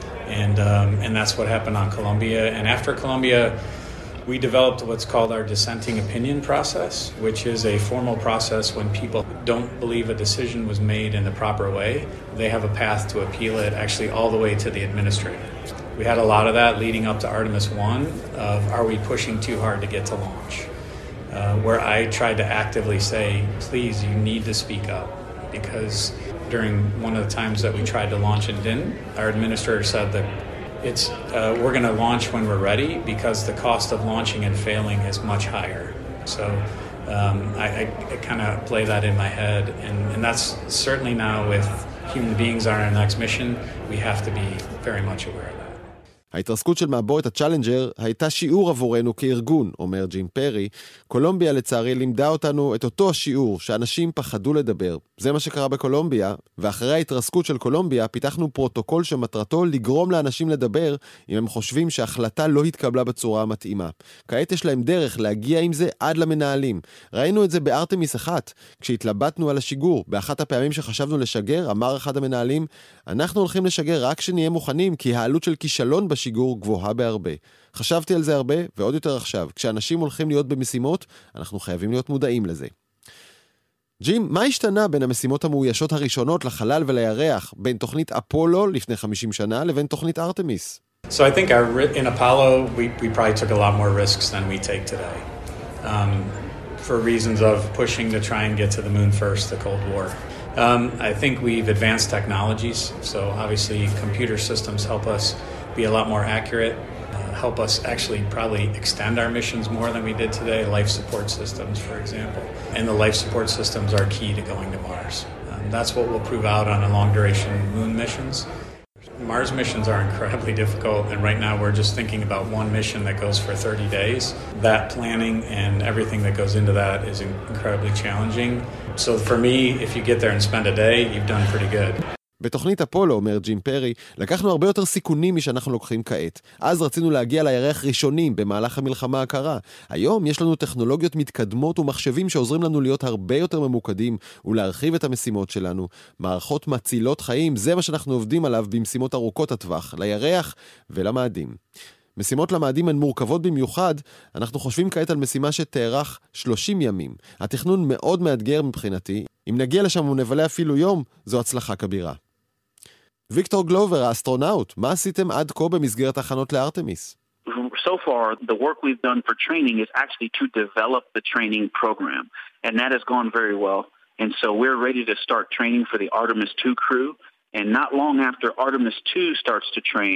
And that's what happened on Columbia. And after Columbia, we developed what's called our dissenting opinion process, which is a formal process when people don't believe a decision was made in the proper way. They have a path to appeal it actually all the way to the administrator. We had a lot of that leading up to Artemis 1 of are we pushing too hard to get to launch? Where I tried to actively say, please, you need to speak up. Because during one of the times that we tried to launch and didn't, our administrator said that we're going to launch when we're ready because the cost of launching and failing is much higher. So I kind of play that in my head, and that's certainly now with human beings on our next mission, we have to be very much aware of that. ההתרסקות של מעבורת הצ'אלנג'ר הייתה שיעור עבורנו כארגון, אומר ג'ים פרי. קולומביה לצערי לימדה אותנו את אותו השיעור שאנשים פחדו לדבר. זה מה שקרה בקולומביה, ואחרי ההתרסקות של קולומביה פיתחנו פרוטוקול שמטרתו לגרום לאנשים לדבר אם הם חושבים שההחלטה לא התקבלה בצורה המתאימה. כעת יש להם דרך להגיע עם זה עד למנהלים. ראינו את זה בארטמיס 1, כשהתלבטנו על השיגור. באחת הפעמים שחשבנו לשגר, אמר אחד המנהלים, אנחנו הולכים לשגר רק כשנהיה מוכנים, כי העלות של כישלון בשיגור גבוהה בהרבה. חשבתי על זה הרבה, ועוד יותר עכשיו. כשאנשים הולכים להיות במשימות, אנחנו חייבים להיות מודעים לזה. ג'ים, מה השתנה בין המשימות המאוישות הראשונות לחלל ולירח, בין תוכנית אפולו לפני 50 שנה לבין תוכנית ארטמיס? So I think in Apollo, we probably took a lot more risks than we take today. For reasons of pushing to try and get to the moon first, the Cold War. I think we've advanced technologies, so obviously computer systems help us be a lot more accurate, help us actually probably extend our missions more than we did today, life support systems, for example. And the life support systems are key to going to Mars. That's what we'll prove out on a long-duration moon missions. Mars missions are incredibly difficult, and right now we're just thinking about one mission that goes for 30 days. That planning and everything that goes into that is incredibly challenging. So for me, if you get there and spend a day, you've done pretty good. בתוכנית אפולו, אומר ג'ים פרי, לקחנו הרבה יותר סיכונים משאנחנו לוקחים כעת. אז רצינו להגיע לירח ראשונים במהלך המלחמה הקרה. היום יש לנו טכנולוגיות מתקדמות ומחשבים שעוזרים לנו להיות הרבה יותר ממוקדים ולהרחיב את המשימות שלנו. מערכות מצילות חיים, זה מה שאנחנו עובדים עליו במשימות ארוכות הטווח, לירח ולמאדים. משימות למאדים הן מורכבות במיוחד, אנחנו חושבים כעת על משימה שתארך 30 ימים. התכנון מאוד מאתגר מבחינתי, אם נגיע לשם ונבלה אפילו יום, זו הצלחה כבירה. ויקטור גלובר, האסטרונאוט, מה עשיתם עד כה במסגרת הכנות לארטמיס? So far, the work we've done for training is actually to develop the training program, and that has gone very well. And so we're ready to start training for the Artemis 2 crew, and not long after Artemis 2 starts to train,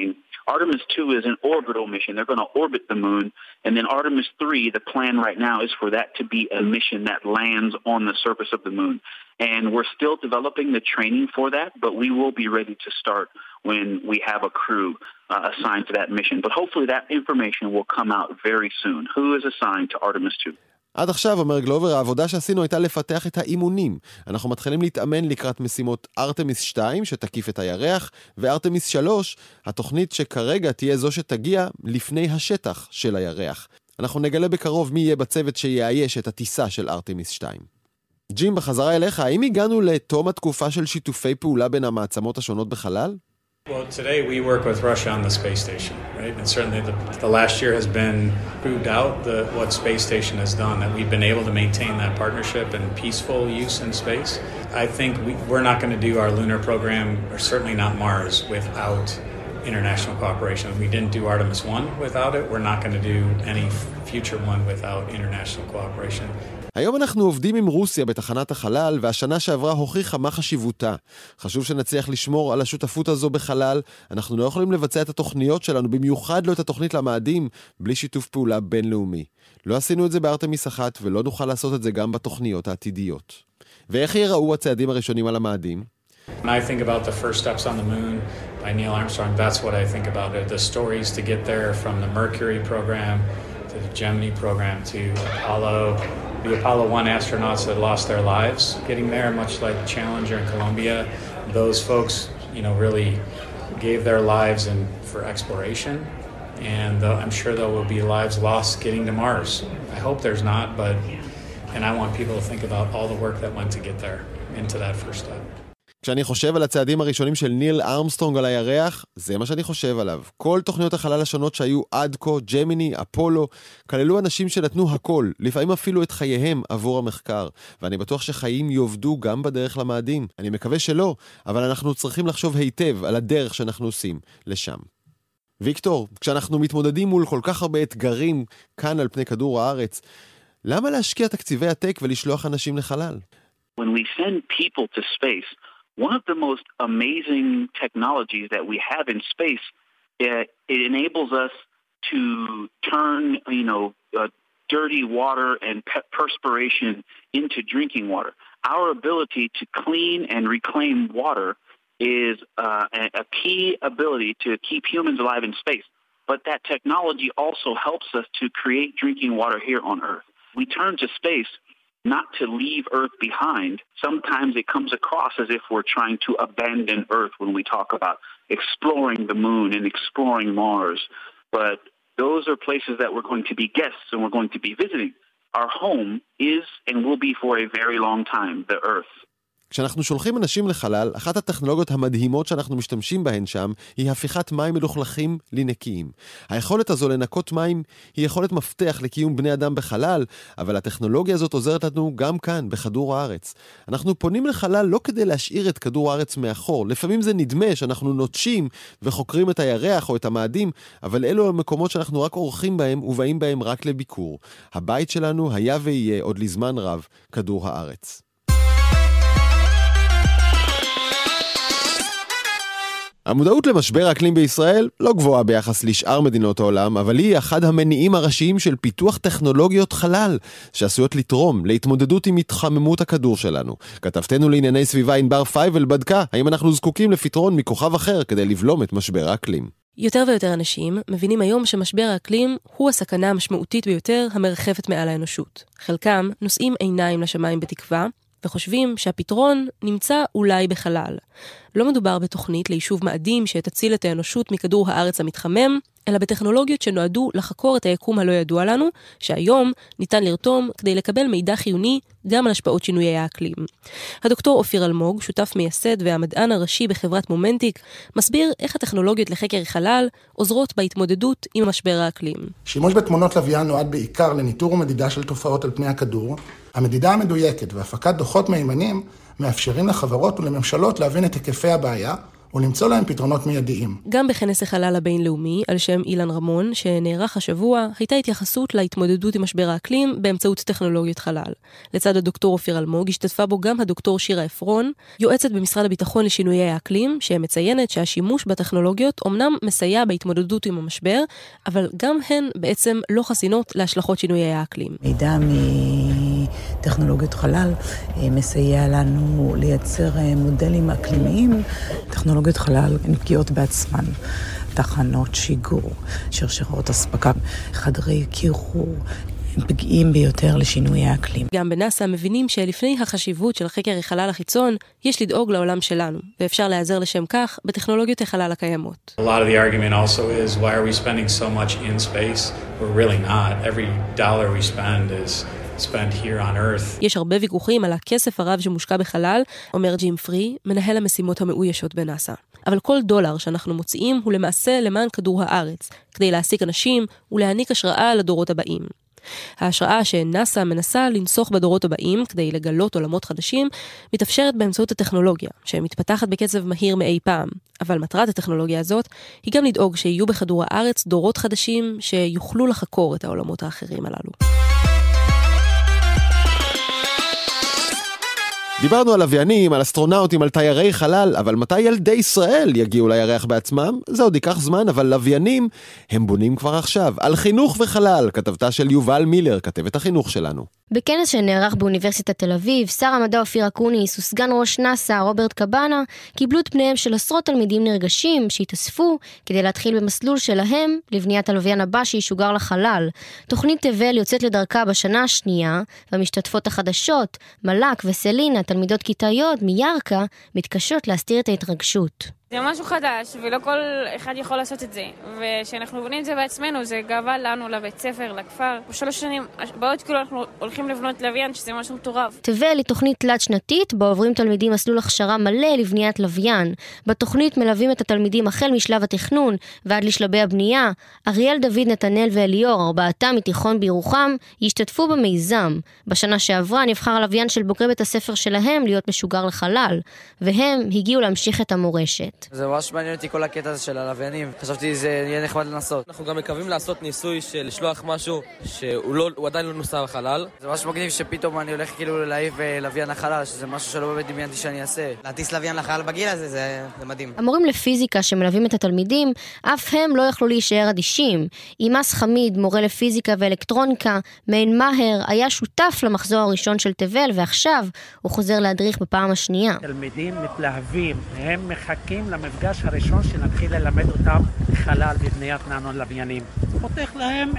Artemis 2 is an orbital mission. They're going to orbit the moon. And then Artemis 3, the plan right now is for that to be a mission that lands on the surface of the moon. And we're still developing the training for that, but we will be ready to start when we have a crew assigned to that mission. But hopefully that information will come out very soon. Who is assigned to Artemis 2? עד עכשיו, אומר גלובר, העבודה שעשינו הייתה לפתח את האימונים. אנחנו מתחילים להתאמן לקראת משימות ארתמיס 2, שתקיף את הירח, וארתמיס 3, התוכנית שכרגע תהיה זו שתגיע לפני השטח של הירח. אנחנו נגלה בקרוב מי יהיה בצוות שיאייש את הטיסה של ארתמיס 2. ג'ים, בחזרה אליך, האם הגענו לתום התקופה של שיתופי פעולה בין המעצמות השונות בחלל? Well, today we work with Russia on the space station, right? And certainly the last year has been proved out what space station has done, that we've been able to maintain that partnership and peaceful use in space. I think we're not going to do our lunar program, or certainly not Mars, without international cooperation. We didn't do Artemis 1 without it. We're not going to do any future one without international cooperation. היום אנחנו עובדים עם רוסיה בתחנת החלל, והשנה שעברה הוכיחה מה חשיבותה. חשוב שנצליח לשמור על השותפות הזו בחלל. אנחנו לא יכולים לבצע את התוכניות שלנו, במיוחד לא את התוכנית למאדים, בלי שיתוף פעולה בינלאומי. לא עשינו את זה בארתמיס 1, ולא נוכל לעשות את זה גם בתוכניות העתידיות. ואיך ייראו הצעדים הראשונים על המאדים? When I think about the first steps on the moon by Neil Armstrong, that's what I think about it. The stories to get there, from the Mercury program to the Gemini program to the Apollo 1 astronauts that lost their lives getting there, much like Challenger in Columbia. Those folks, really gave their lives for exploration, and I'm sure there will be lives lost getting to Mars. I hope there's not, and I want people to think about all the work that went to get there into that first step. כשאני חושב על הצעדים הראשונים של ניל ארמסטרונג על הירח, זה מה שאני חושב עליו. כל תוכניות החלל השונות שהיו עד כה, ג'מיני, אפולו, כללו אנשים שנתנו הכל, לפעמים אפילו את חייהם עבור המחקר. ואני בטוח שחיים יובדו גם בדרך למאדים. אני מקווה שלא, אבל אנחנו צריכים לחשוב היטב על הדרך שאנחנו עושים לשם. ויקטור, כשאנחנו מתמודדים מול כל כך הרבה אתגרים כאן על פני כדור הארץ, למה להשקיע תקציבי עתק ולשלוח אנשים לחלל? When we send people to space, one of the most amazing technologies that we have in space, it enables us to turn, dirty water and perspiration into drinking water. Our ability to clean and reclaim water is a key ability to keep humans alive in space. But that technology also helps us to create drinking water here on Earth. We turn to space not to leave Earth behind. Sometimes it comes across as if we're trying to abandon Earth when we talk about exploring the moon and exploring Mars. But those are places that we're going to be guests and we're going to be visiting. Our home is and will be for a very long time, the Earth. כשאנחנו שולחים אנשים לחלל, אחת הטכנולוגיות המדהימות שאנחנו משתמשים בהן שם, היא הפיכת מים מלוכלכים לנקיים. היכולת הזו לנקות מים היא יכולת מפתח לקיום בני אדם בחלל, אבל הטכנולוגיה הזאת עוזרת לנו גם כאן, בכדור הארץ. אנחנו פונים לחלל לא כדי להשאיר את כדור הארץ מאחור. לפעמים זה נדמה שאנחנו נוטשים וחוקרים את הירח או את המאדים, אבל אלו המקומות שאנחנו רק עורכים בהם ובאים בהם רק לביקור. הבית שלנו היה ויהיה עוד לזמן רב כדור הארץ. המודעות למשבר האקלים בישראל לא גבוהה ביחס לשאר מדינות העולם, אבל היא אחד המניעים הראשיים של פיתוח טכנולוגיות חלל, שעשויות לתרום להתמודדות עם התחממות הכדור שלנו. כתבתנו לענייני סביבה ענבר פייבל בדקה האם אנחנו זקוקים לפתרון מכוכב אחר כדי לבלום את משבר האקלים. יותר ויותר אנשים מבינים היום שמשבר האקלים הוא הסכנה המשמעותית ביותר המרחפת מעל האנושות. חלקם נושאים עיניים לשמיים בתקווה, וחושבים שהפתרון נמצא אולי בחלל. לא מדובר בתוכנית ליישוב מאדים שתציל את האנושות מכדור הארץ המתחמם, אלא בטכנולוגיות שנועדו לחקור את היקום הלא ידוע לנו, שהיום ניתן לרתום כדי לקבל מידע חיוני גם על השפעות שינויי האקלים. הדוקטור אופיר אלמוג, שותף מייסד והמדען הראשי בחברת מומנטיק, מסביר איך הטכנולוגיות לחקר חלל עוזרות בהתמודדות עם משבר האקלים. שימוש בתמונות לוויין נועד בעיקר לניטור ומדידה של תופעות על פני הכדור. המדידה המדויקת והפקת דוחות מהימנים מאפשרים לחברות ולממשלות להבין את היקפי הבעיה ולמצוא להם פתרונות מיידיים. גם בכנס החלל הבינלאומי, על שם אילן רמון, שנערך השבוע, הייתה התייחסות להתמודדות עם משבר האקלים באמצעות טכנולוגיות חלל. לצד הדוקטור אופיר אלמוג, השתתפה בו גם הדוקטור שירה אפרון, יועצת במשרד הביטחון לשינויי האקלים, שמציינת שהשימוש בטכנולוגיות אומנם מסייע בהתמודדות עם המשבר, אבל גם הן בעצם לא חסינות להשלכות שינויי האקלים. מידע מטכנולוגיות חלל מסייע לנו לייצר מודלים אקלימיים. טכנולוגיות חלל הן פגיעות בעצמן. תחנות שיגור, שרשרות אספקה, חדרי קירור, הם פגיעים ביותר לשינוי האקלים. גם בנאס"א מבינים שלפני החשיבות של חקר החלל החיצון, יש לדאוג לעולם שלנו, ואפשר להיעזר לשם כך בטכנולוגיות החלל הקיימות. A lot of the argument also is why are we spending so much in space? We're really not. Every dollar we spend is spent here on Earth. יש הרבה ויכוחים על הכסף הרב שמושקע בחלל, אומר ג'ים פרי, מנהל המשימות המאוישות בנאס"א. אבל כל דולר שאנחנו מוציאים הוא למעשה למען כדור הארץ, כדי להעסיק אנשים ולהעניק השראה לדורות הבאים. ההשראה שנאס"א מנסה לנסוך בדורות הבאים כדי לגלות עולמות חדשים, מתאפשרת באמצעות הטכנולוגיה, שמתפתחת בקצב מהיר מאי פעם. אבל מטרת הטכנולוגיה הזאת היא גם לדאוג שיהיו בכדור הארץ דורות חדשים שיוכלו לחקור את העולמות האחרים הללו. דיברנו על לוויינים, על אסטרונאוטים, על תיירי חלל, אבל מתי ילדי ישראל יגיעו לירח בעצמם? זה עוד ייקח זמן, אבל לוויינים הם בונים כבר עכשיו. על חינוך וחלל, כתבתה של יובל מילר, כתבת החינוך שלנו. בכנס שנערך באוניברסיטת תל אביב, שר המדע אופיר אקוניס וסגן ראש נאס"א רוברט קבאנה קיבלו את פניהם של עשרות תלמידים נרגשים שהתאספו כדי להתחיל במסלול שלהם לבניית הלוויין הבא שישוגר לחלל. תוכנית תבל יוצאת לדרכה בשנה השנייה, והמשתתפות החדשות, מלאק וסלינה, תלמידות כיתאיות מירקה, מתקשות להסתיר את ההתרגשות. זה משהו חדש, ולא כל אחד יכול לעשות את זה. ושאנחנו בונים את זה בעצמנו, זה גאווה לנו, לבית ספר, לכפר. 3 שנים, בעוד כאילו אנחנו הולכים לבנות לוויין, שזה משהו מטורף. תבל היא תוכנית תלת שנתית, בה עוברים תלמידים מסלול הכשרה מלא לבניית לוויין. בתוכנית מלווים את התלמידים החל משלב התכנון ועד לשלבי הבנייה. אריאל, דוד, נתנאל ואליאור, 4 מתיכון בירוחם, ישתתפו במיזם. בשנה שעברה נבחר הלוויין של בוגרי בית הספר שלהם להיות משוגר לחלל, והם הגיעו להמשיך את המורשת. זה ממש מעניין אותי כל הקטע הזה של הלוויינים. חשבתי זה יהיה נחמד לנסות. אנחנו גם מקווים לעשות ניסוי של לשלוח משהו שהוא עדיין לא נוסע בחלל. זה ממש מגניב שפתאום אני הולך כאילו להעיף לוויין לחלל, שזה משהו שלא באמת דמיינתי שאני אעשה. להטיס לוויין לחלל בגיל הזה, זה מדהים. המורים לפיזיקה שמלווים את התלמידים, אף הם לא יכלו להישאר אדישים. אימאס חמיד, מורה לפיזיקה ואלקטרוניקה, מעין מהר, היה שותף למחזור הראשון של תבל, ועכשיו הוא חוזר להדריך בפעם השנייה. תלמידים מתלהבים, הם מחכים למפגש הראשון שנתחיל ללמד אותם חלל בבניית ננו לוויינים. פותח להם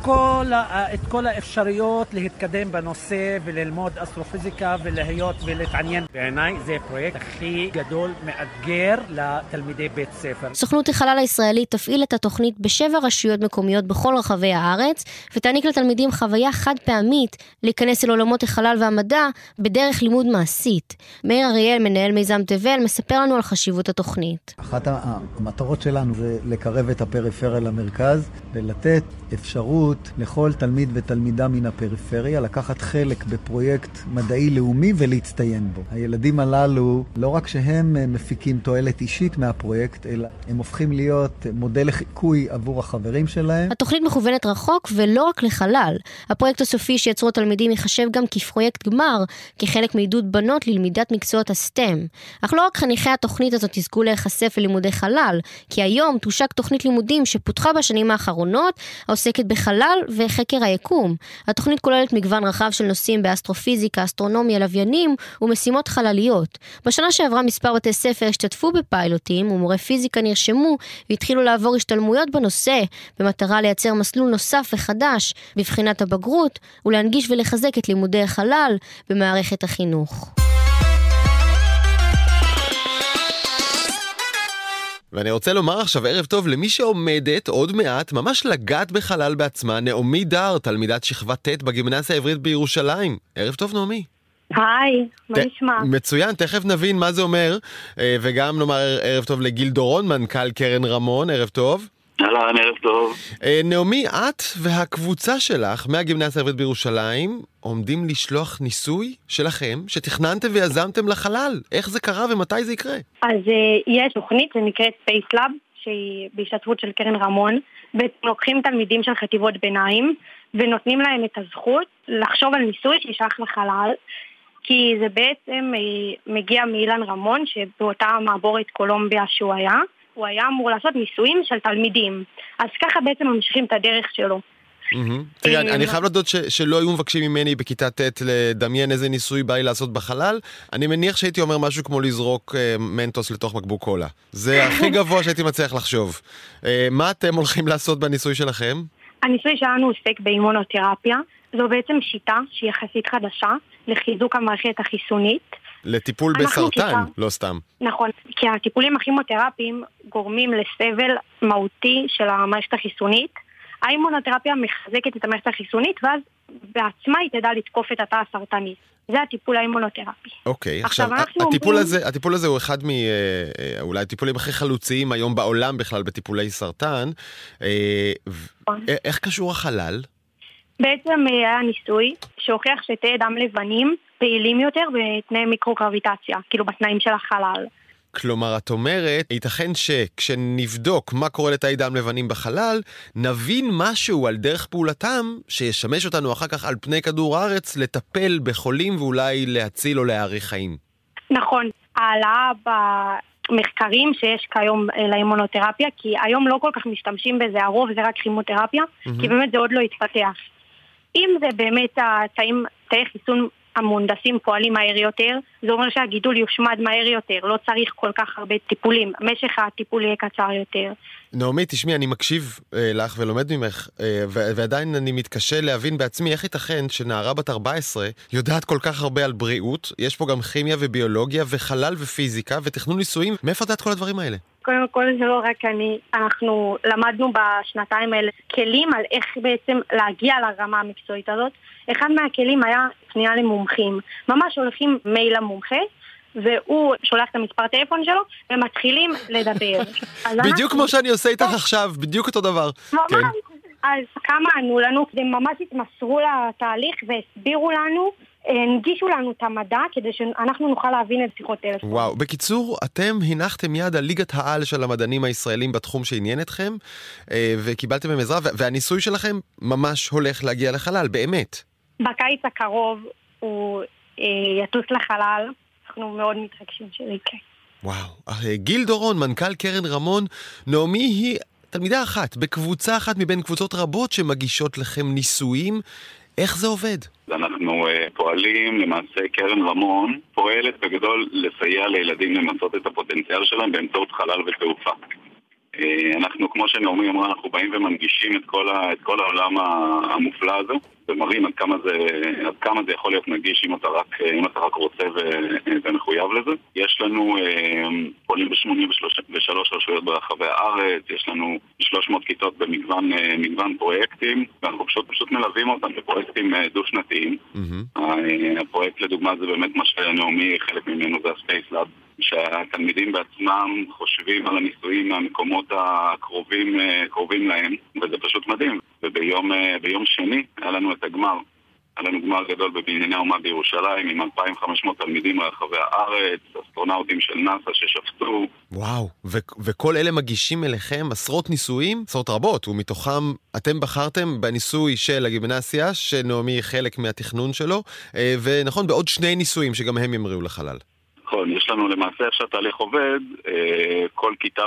את כל האפשרויות להתקדם בנושא וללמוד אסטרופיזיקה ולהיות ולהתעניין. בעיניי זה הפרויקט הכי גדול, מאתגר לתלמידי בית ספר. סוכנות החלל הישראלית תפעיל את התוכנית ב7 רשויות מקומיות בכל רחבי הארץ, ותעניק לתלמידים חוויה חד פעמית להיכנס אל עולמות החלל והמדע בדרך לימוד מעשית. מאיר אריאל, מנהל מיזם תבל, מספר לנו על חשיבות התוכנית. אחת המטרות שלנו זה לקרב את הפריפריה למרכז ולתת אפשרות לכל תלמיד ותלמידה מן הפריפריה לקחת חלק בפרויקט מדעי לאומי ולהצטיין בו. הילדים הללו לא רק שהם מפיקים תועלת אישית מהפרויקט, אלא הם הופכים להיות מודל לחיקוי עבור החברים שלהם. התוכנית מכוונת רחוק ולא רק לחלל. הפרויקט הסופי שיצרו תלמידים יחשב גם כפרויקט גמר, כחלק מעידוד בנות ללמידת מקצועות הסטם. אך לא רק חניכי התוכנית הזאת יזכו להיחשף ללימודי חלל, כי היום תושק תוכנית לימודים שפותחה בשנים האחרונות, העוסקת בחלל וחקר היקום. התוכנית כוללת מגוון רחב של נושאים באסטרופיזיקה, אסטרונומיה, לוויינים ומשימות חלליות. בשנה שעברה מספר בתי ספר השתתפו בפיילוטים, ומורי פיזיקה נרשמו והתחילו לעבור השתלמויות בנושא, במטרה לייצר מסלול נוסף וחדש בבחינת הבגרות, ולהנגיש ולחזק את לימודי החלל במערכת החינוך. ואני רוצה לומר עכשיו ערב טוב למי שעומדת עוד מעט ממש לגעת בחלל בעצמה, נעמי דר, תלמידת שכבת ט' בגימנסיה העברית בירושלים. ערב טוב נעמי. היי, מה נשמע? מצוין, תכף נבין מה זה אומר, וגם נאמר ערב טוב לגיל דורון, מנכ"ל קרן רמון, ערב טוב. אהלן, ערב טוב. נעמי, את והקבוצה שלך מהגימנסיה העברית בירושלים עומדים לשלוח ניסוי שלכם שתכננתם ויזמתם לחלל. איך זה קרה ומתי זה יקרה? אז יש תוכנית, זה נקראת Space Lab, שהיא בהשתתפות של קרן רמון, ולוקחים תלמידים של חטיבות ביניים, ונותנים להם את הזכות לחשוב על ניסוי שישלח לחלל, כי זה בעצם מגיע מאילן רמון, שבאותה מעבורת קולומביה שהוא היה, הוא היה אמור לעשות ניסויים של תלמידים. אז ככה בעצם ממשיכים את הדרך שלו. תראה, אני חייב לדעת שלא היו מבקשים ממני בכיתה ט' לדמיין איזה ניסוי בא לי לעשות בחלל. אני מניח שהייתי אומר משהו כמו לזרוק מנטוס לתוך בקבוק קולה. זה הכי גבוה שהייתי מצליח לחשוב. מה אתם הולכים לעשות בניסוי שלכם? הניסוי שלנו עוסק באימונותרפיה. זו בעצם שיטה שהיא יחסית חדשה לחיזוק המערכת החיסונית. לטיפול בסרטן, לא סתם. נכון, כי הטיפולים הכימותרפיים גורמים לסבל מהותי של המערכת החיסונית. האימונותרפיה מחזקת את המערכת החיסונית, ואז בעצמה היא תדע לתקוף את התא הסרטני. זה הטיפול האימונותרפי. אוקיי, עכשיו הטיפול הזה הוא אחד אולי הטיפולים הכי חלוציים היום בעולם בכלל בטיפולי סרטן. איך קשור החלל? בעצם היה ניסוי שהוכיח שתאי דם לבנים פעילים יותר בתנאי מיקרוגרביטציה, כאילו בתנאים של החלל. כלומר, את אומרת, ייתכן שכשנבדוק מה קורה לתאי דם לבנים בחלל, נבין משהו על דרך פעולתם שישמש אותנו אחר כך על פני כדור הארץ לטפל בחולים ואולי להציל או להאריך חיים. נכון, העלאה במחקרים שיש כיום לאימונותרפיה, כי היום לא כל כך משתמשים בזה, הרוב זה רק כימותרפיה, כי באמת זה עוד לא התפתח. אם זה באמת תאי חיסון המונדסים פועלים מהר יותר, זה אומר שהגידול יושמד מהר יותר, לא צריך כל כך הרבה טיפולים, משך הטיפול יהיה קצר יותר. נעמי, תשמעי, אני מקשיב לך ולומד ממך, ועדיין אני מתקשה להבין בעצמי איך ייתכן שנערה בת 14 יודעת כל כך הרבה על בריאות, יש פה גם כימיה וביולוגיה וחלל ופיזיקה ותכנון ניסויים, מאיפה יודעת כל הדברים האלה? קודם כל זה לא רק אני, אנחנו למדנו בשנתיים האלה כלים על איך בעצם להגיע לרמה המקצועית הזאת. אחד מהכלים היה פנייה למומחים. ממש הולכים מייל למומחה, והוא שולח את המספר טלפון שלו, ומתחילים לדבר. בדיוק כמו שאני עושה איתך עכשיו, בדיוק אותו דבר. ממש. אז כמה ענו לנו, הם ממש התמסרו לתהליך והסבירו לנו, הנגישו לנו את המדע כדי שאנחנו נוכל להבין את שיחות טלפון. וואו, בקיצור, אתם הנחתם יד על ליגת העל של המדענים הישראלים בתחום שעניין אתכם, וקיבלתם עם עזרה, והניסוי שלכם ממש הולך להגיע לחלל, באמת. בקיץ הקרוב הוא יטוס לחלל, אנחנו מאוד מתרגשים שזה יקרה. וואו, גיל דורון, מנכ"ל קרן רמון, נעמי היא תלמידה אחת, בקבוצה אחת מבין קבוצות רבות שמגישות לכם ניסויים. איך זה עובד? אנחנו פועלים, למעשה קרן רמון פועלת בגדול לסייע לילדים למצות את הפוטנציאל שלהם באמצעות חלל ותעופה. אנחנו, כמו שנעמי אמרה, אנחנו באים ומנגישים את כל העולם המופלא הזה, ומראים עד כמה זה יכול להיות נגיש אם אתה רק רוצה ומחויב לזה. יש לנו פועלים ב-83 רשויות ברחבי הארץ, יש לנו 300 כיתות במגוון פרויקטים, ואנחנו פשוט מלווים אותם בפרויקטים דו-שנתיים. הפרויקט לדוגמה זה באמת מה שנעמי חלק ממנו, זה ה-Space Lab, שהתלמידים בעצמם חושבים על הניסויים מהמקומות הקרובים להם, וזה פשוט מדהים. וביום שני היה לנו את הגמר. היה לנו גמר גדול בבנייני האומה בירושלים עם 2,500 תלמידים מרחבי הארץ, אסטרונאוטים של נאסא ששפטו. וואו, וכל אלה מגישים אליכם עשרות ניסויים, עשרות רבות, ומתוכם אתם בחרתם בניסוי של הגימנסיה, שנעמי היא חלק מהתכנון שלו, ונכון, בעוד 2 ניסויים שגם הם ימריאו לחלל. נכון, יש לנו למעשה איך שהתהליך עובד, כל כיתה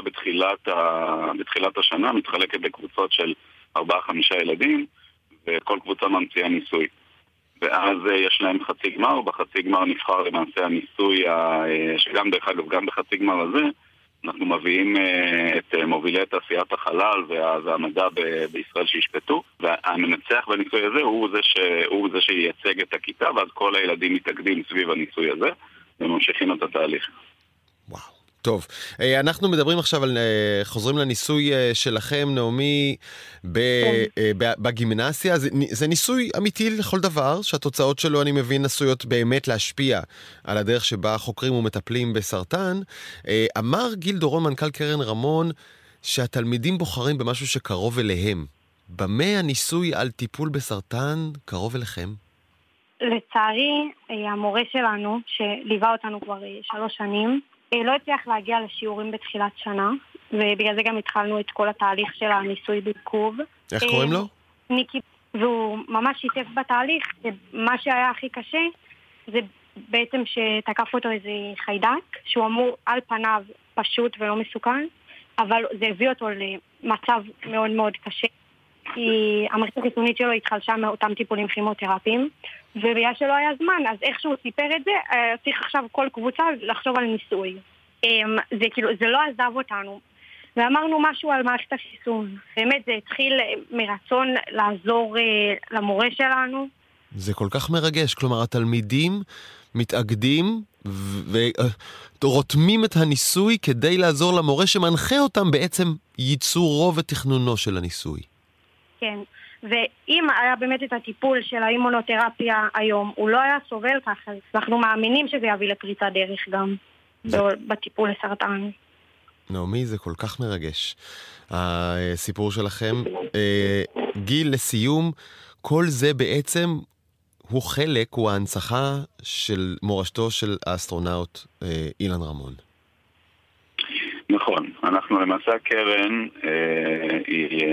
בתחילת השנה מתחלקת לקבוצות של 4-5 ילדים, וכל קבוצה ממציאה ניסוי. ואז יש להם חצי גמר, בחצי גמר נבחר למעשה הניסוי, שגם דרך אגב, גם בחצי גמר הזה, אנחנו מביאים את מובילי תעשיית החלל והמדע בישראל שישפטו, והמנצח בניסוי הזה הוא זה שייצג את הכיתה, ואז כל הילדים מתאגדים סביב הניסוי הזה, וממשיכים את התהליך. וואו, טוב. אנחנו מדברים עכשיו על, חוזרים לניסוי שלכם, נעמי, בגימנסיה. זה ניסוי אמיתי לכל דבר, שהתוצאות שלו, אני מבין, עשויות באמת להשפיע על הדרך שבה חוקרים ומטפלים בסרטן. אמר גיל דורון, מנכ"ל קרן רמון, שהתלמידים בוחרים במשהו שקרוב אליהם. במה הניסוי על טיפול בסרטן קרוב אליכם? לצערי, המורה שלנו, שליווה אותנו כבר 3 שנים, לא הצליח להגיע לשיעורים בתחילת שנה, ובגלל זה גם התחלנו את כל התהליך של הניסוי בעיכוב. איך קוראים לו? ניקי, והוא ממש שיתף בתהליך, מה שהיה הכי קשה זה בעצם שתקף אותו איזה חיידק, שהוא אמור על פניו פשוט ולא מסוכן, אבל זה הביא אותו למצב מאוד מאוד קשה. כי המערכת החיסונית שלו התחלשה מאותם טיפולים כימותרפיים, ובגלל שלא היה זמן, אז איך שהוא סיפר את זה, צריך עכשיו כל קבוצה לחשוב על ניסוי. זה כאילו, זה לא עזב אותנו. ואמרנו משהו על מערכת החיסון. באמת זה התחיל מרצון לעזור למורה שלנו. זה כל כך מרגש, כלומר התלמידים מתאגדים ורותמים את הניסוי כדי לעזור למורה שמנחה אותם בעצם ייצור רוב ותכנונו של הניסוי. כן, ואם היה באמת את הטיפול של האימונותרפיה היום, הוא לא היה סובל ככה. אנחנו מאמינים שזה יביא לפריצת דרך גם בטיפול לסרטן. נעמי, זה כל כך מרגש. הסיפור שלכם. גיל, לסיום, כל זה בעצם הוא חלק, הוא ההנצחה של מורשתו של האסטרונאוט אילן רמון. נכון, אנחנו למעשה הקרן היא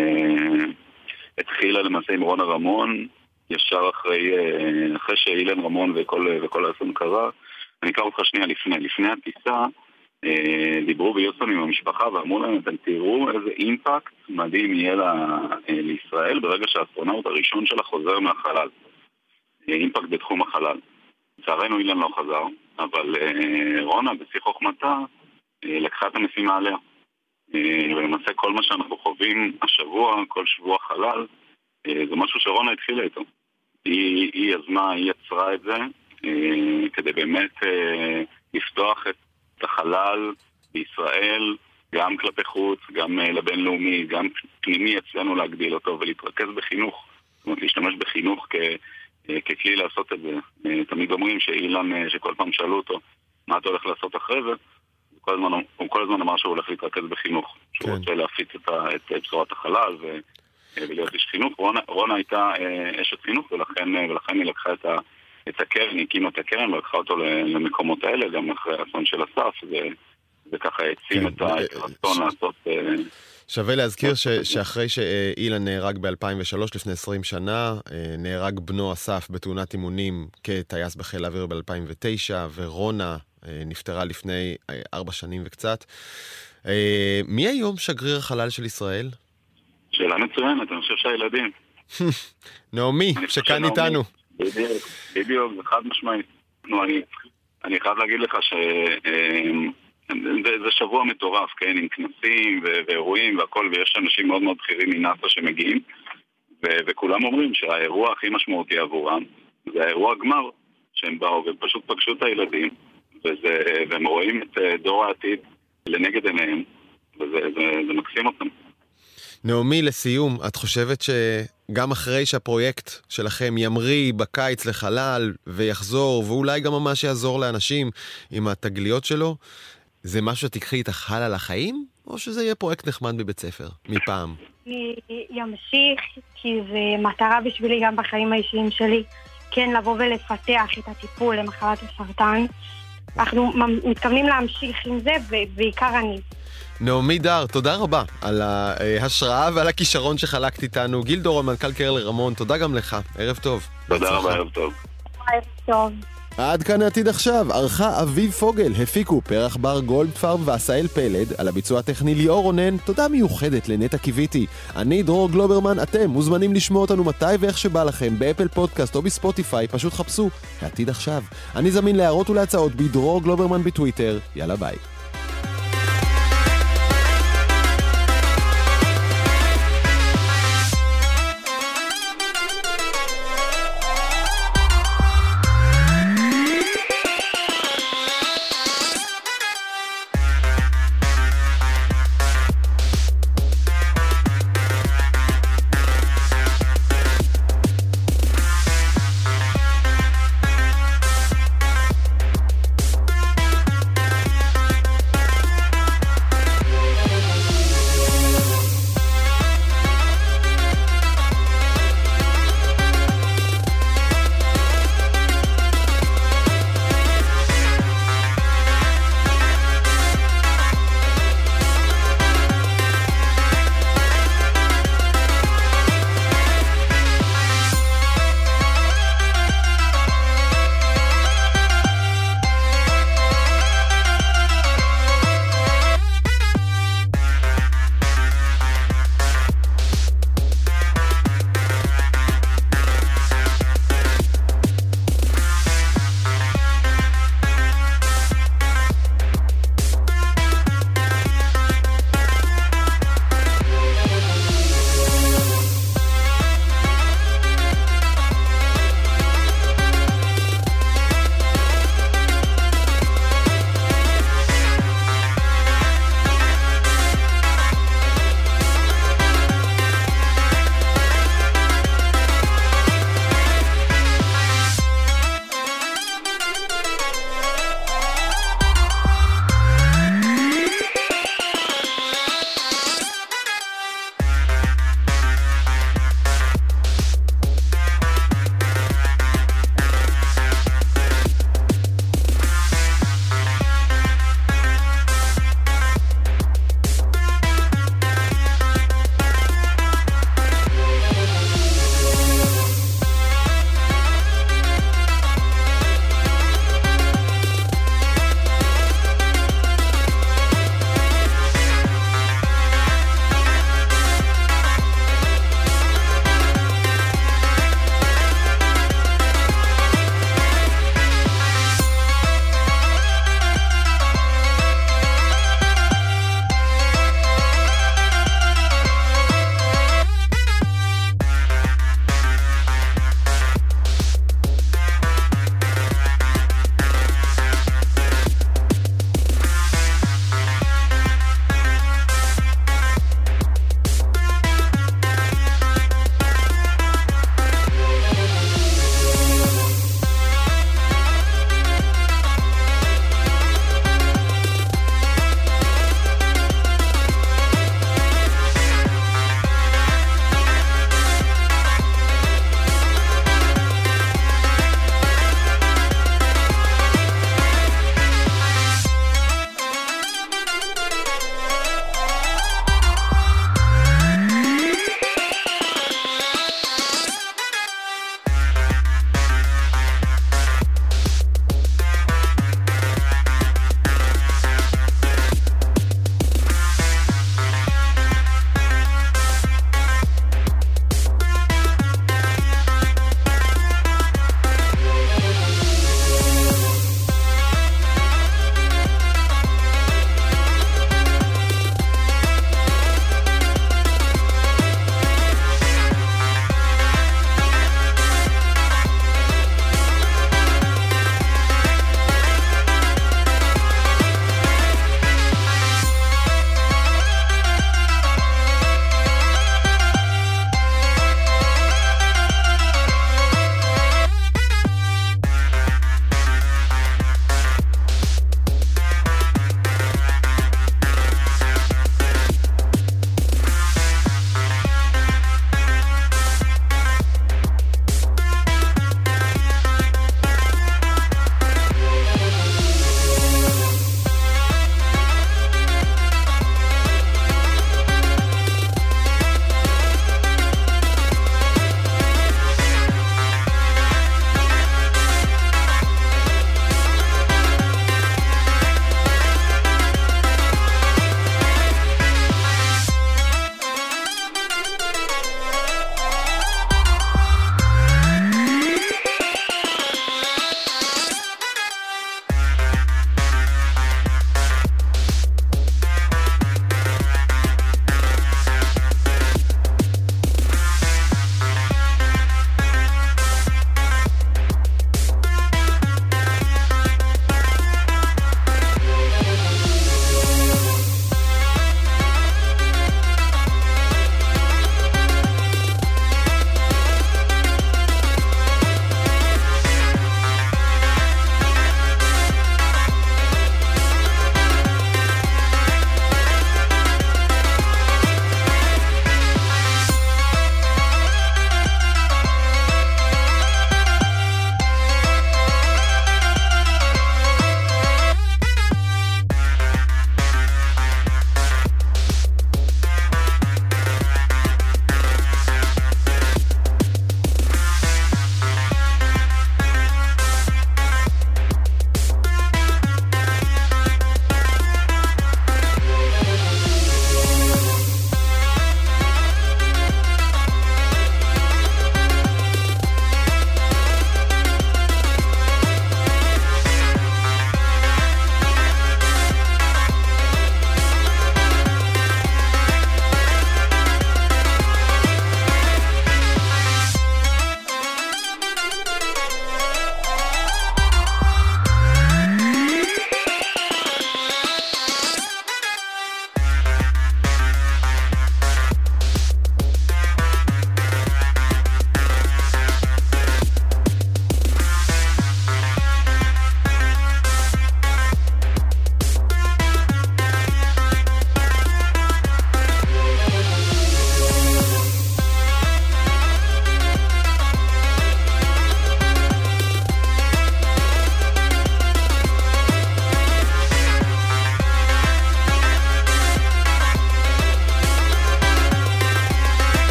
התחילה למעשה עם רונה רמון, ישר אחרי שאילן רמון וכל האסון קרה. אני אקרא אותך שנייה לפני הטיסה, דיברו ביוסטון עם המשפחה ואמרו להם, אתם תראו איזה אימפקט מדהים יהיה לישראל ברגע שהאסטרונאוט הראשון שלה חוזר מהחלל. אימפקט בתחום החלל. לצערנו אילן לא חזר, אבל רונה בשיא חוכמתה לקחה את המשימה עליה. ולמעשה כל מה שאנחנו חווים השבוע, כל שבוע חלל, זה משהו שרונה התחילה איתו. היא יזמה, היא יצרה את זה, כדי באמת לפתוח את החלל בישראל, גם כלפי חוץ, גם לבינלאומי, גם פנימי אצלנו להגדיל אותו ולהתרכז בחינוך. זאת אומרת, להשתמש בחינוך ככלי לעשות את זה. תמיד אומרים שאילן, שכל פעם שאלו אותו, מה אתה הולך לעשות אחרי זה? הוא כל הזמן אמר שהוא הולך להתרכז בחינוך, שהוא רוצה להפיץ את בשורת החלל ולהיות איש חינוך. רונה הייתה אשת חינוך, ולכן היא לקחה את הקרן, היא הקימה את הקרן ולקחה אותו למקומות האלה, גם אחרי האסון של אסף, זה ככה העצים את הרצון לעשות... שווה להזכיר שאחרי שאילן נהרג ב-2003, לפני 20 שנה, נהרג בנו אסף בתאונת אימונים כטייס בחיל האוויר ב-2009, ורונה נפטרה לפני 4 שנים וקצת. מי היום שגריר החלל של ישראל? שאלה מצוינת, אני חושב שהילדים. נעמי, שכאן איתנו. בדיוק, זה חד משמעית. אני חייב להגיד לך זה שבוע מטורף, כן, עם כנסים ואירועים והכל, ויש אנשים מאוד מאוד בכירים מנאס"א שמגיעים, וכולם אומרים שהאירוע הכי משמעותי עבורם זה האירוע גמר, שהם באו ופשוט פגשו את הילדים, והם רואים את דור העתיד לנגד עיניהם, וזה מקסים אותם. נעמי, לסיום, את חושבת שגם אחרי שהפרויקט שלכם ימריא בקיץ לחלל ויחזור, ואולי גם ממש יעזור לאנשים עם התגליות שלו, זה משהו שתיקחי איתך הלאה לחיים? או שזה יהיה פרויקט נחמד בבית ספר, מפעם? אני ימשיך, כי זה מטרה בשבילי גם בחיים האישיים שלי, כן, לבוא ולפתח את הטיפול למחלת הסרטן. אנחנו מתכוונים להמשיך עם זה, ובעיקר אני. נעמי דר, תודה רבה על ההשראה ועל הכישרון שחלקת איתנו. גיל דורון, מנכ"ל קרן רמון, תודה גם לך. ערב טוב. תודה רבה, ערב טוב. ערב טוב. עד כאן העתיד עכשיו, ערכה אביב פוגל, הפיקו פרח בר גולדפרב ועשאל פלד, על הביצוע הטכני ליאור רונן, תודה מיוחדת לנטע קיוויתי. אני דרור גלוברמן, אתם מוזמנים לשמוע אותנו מתי ואיך שבא לכם, באפל פודקאסט או בספוטיפיי, פשוט חפשו העתיד עכשיו. אני זמין להערות ולהצעות בדרור גלוברמן בטוויטר, יאללה ביי.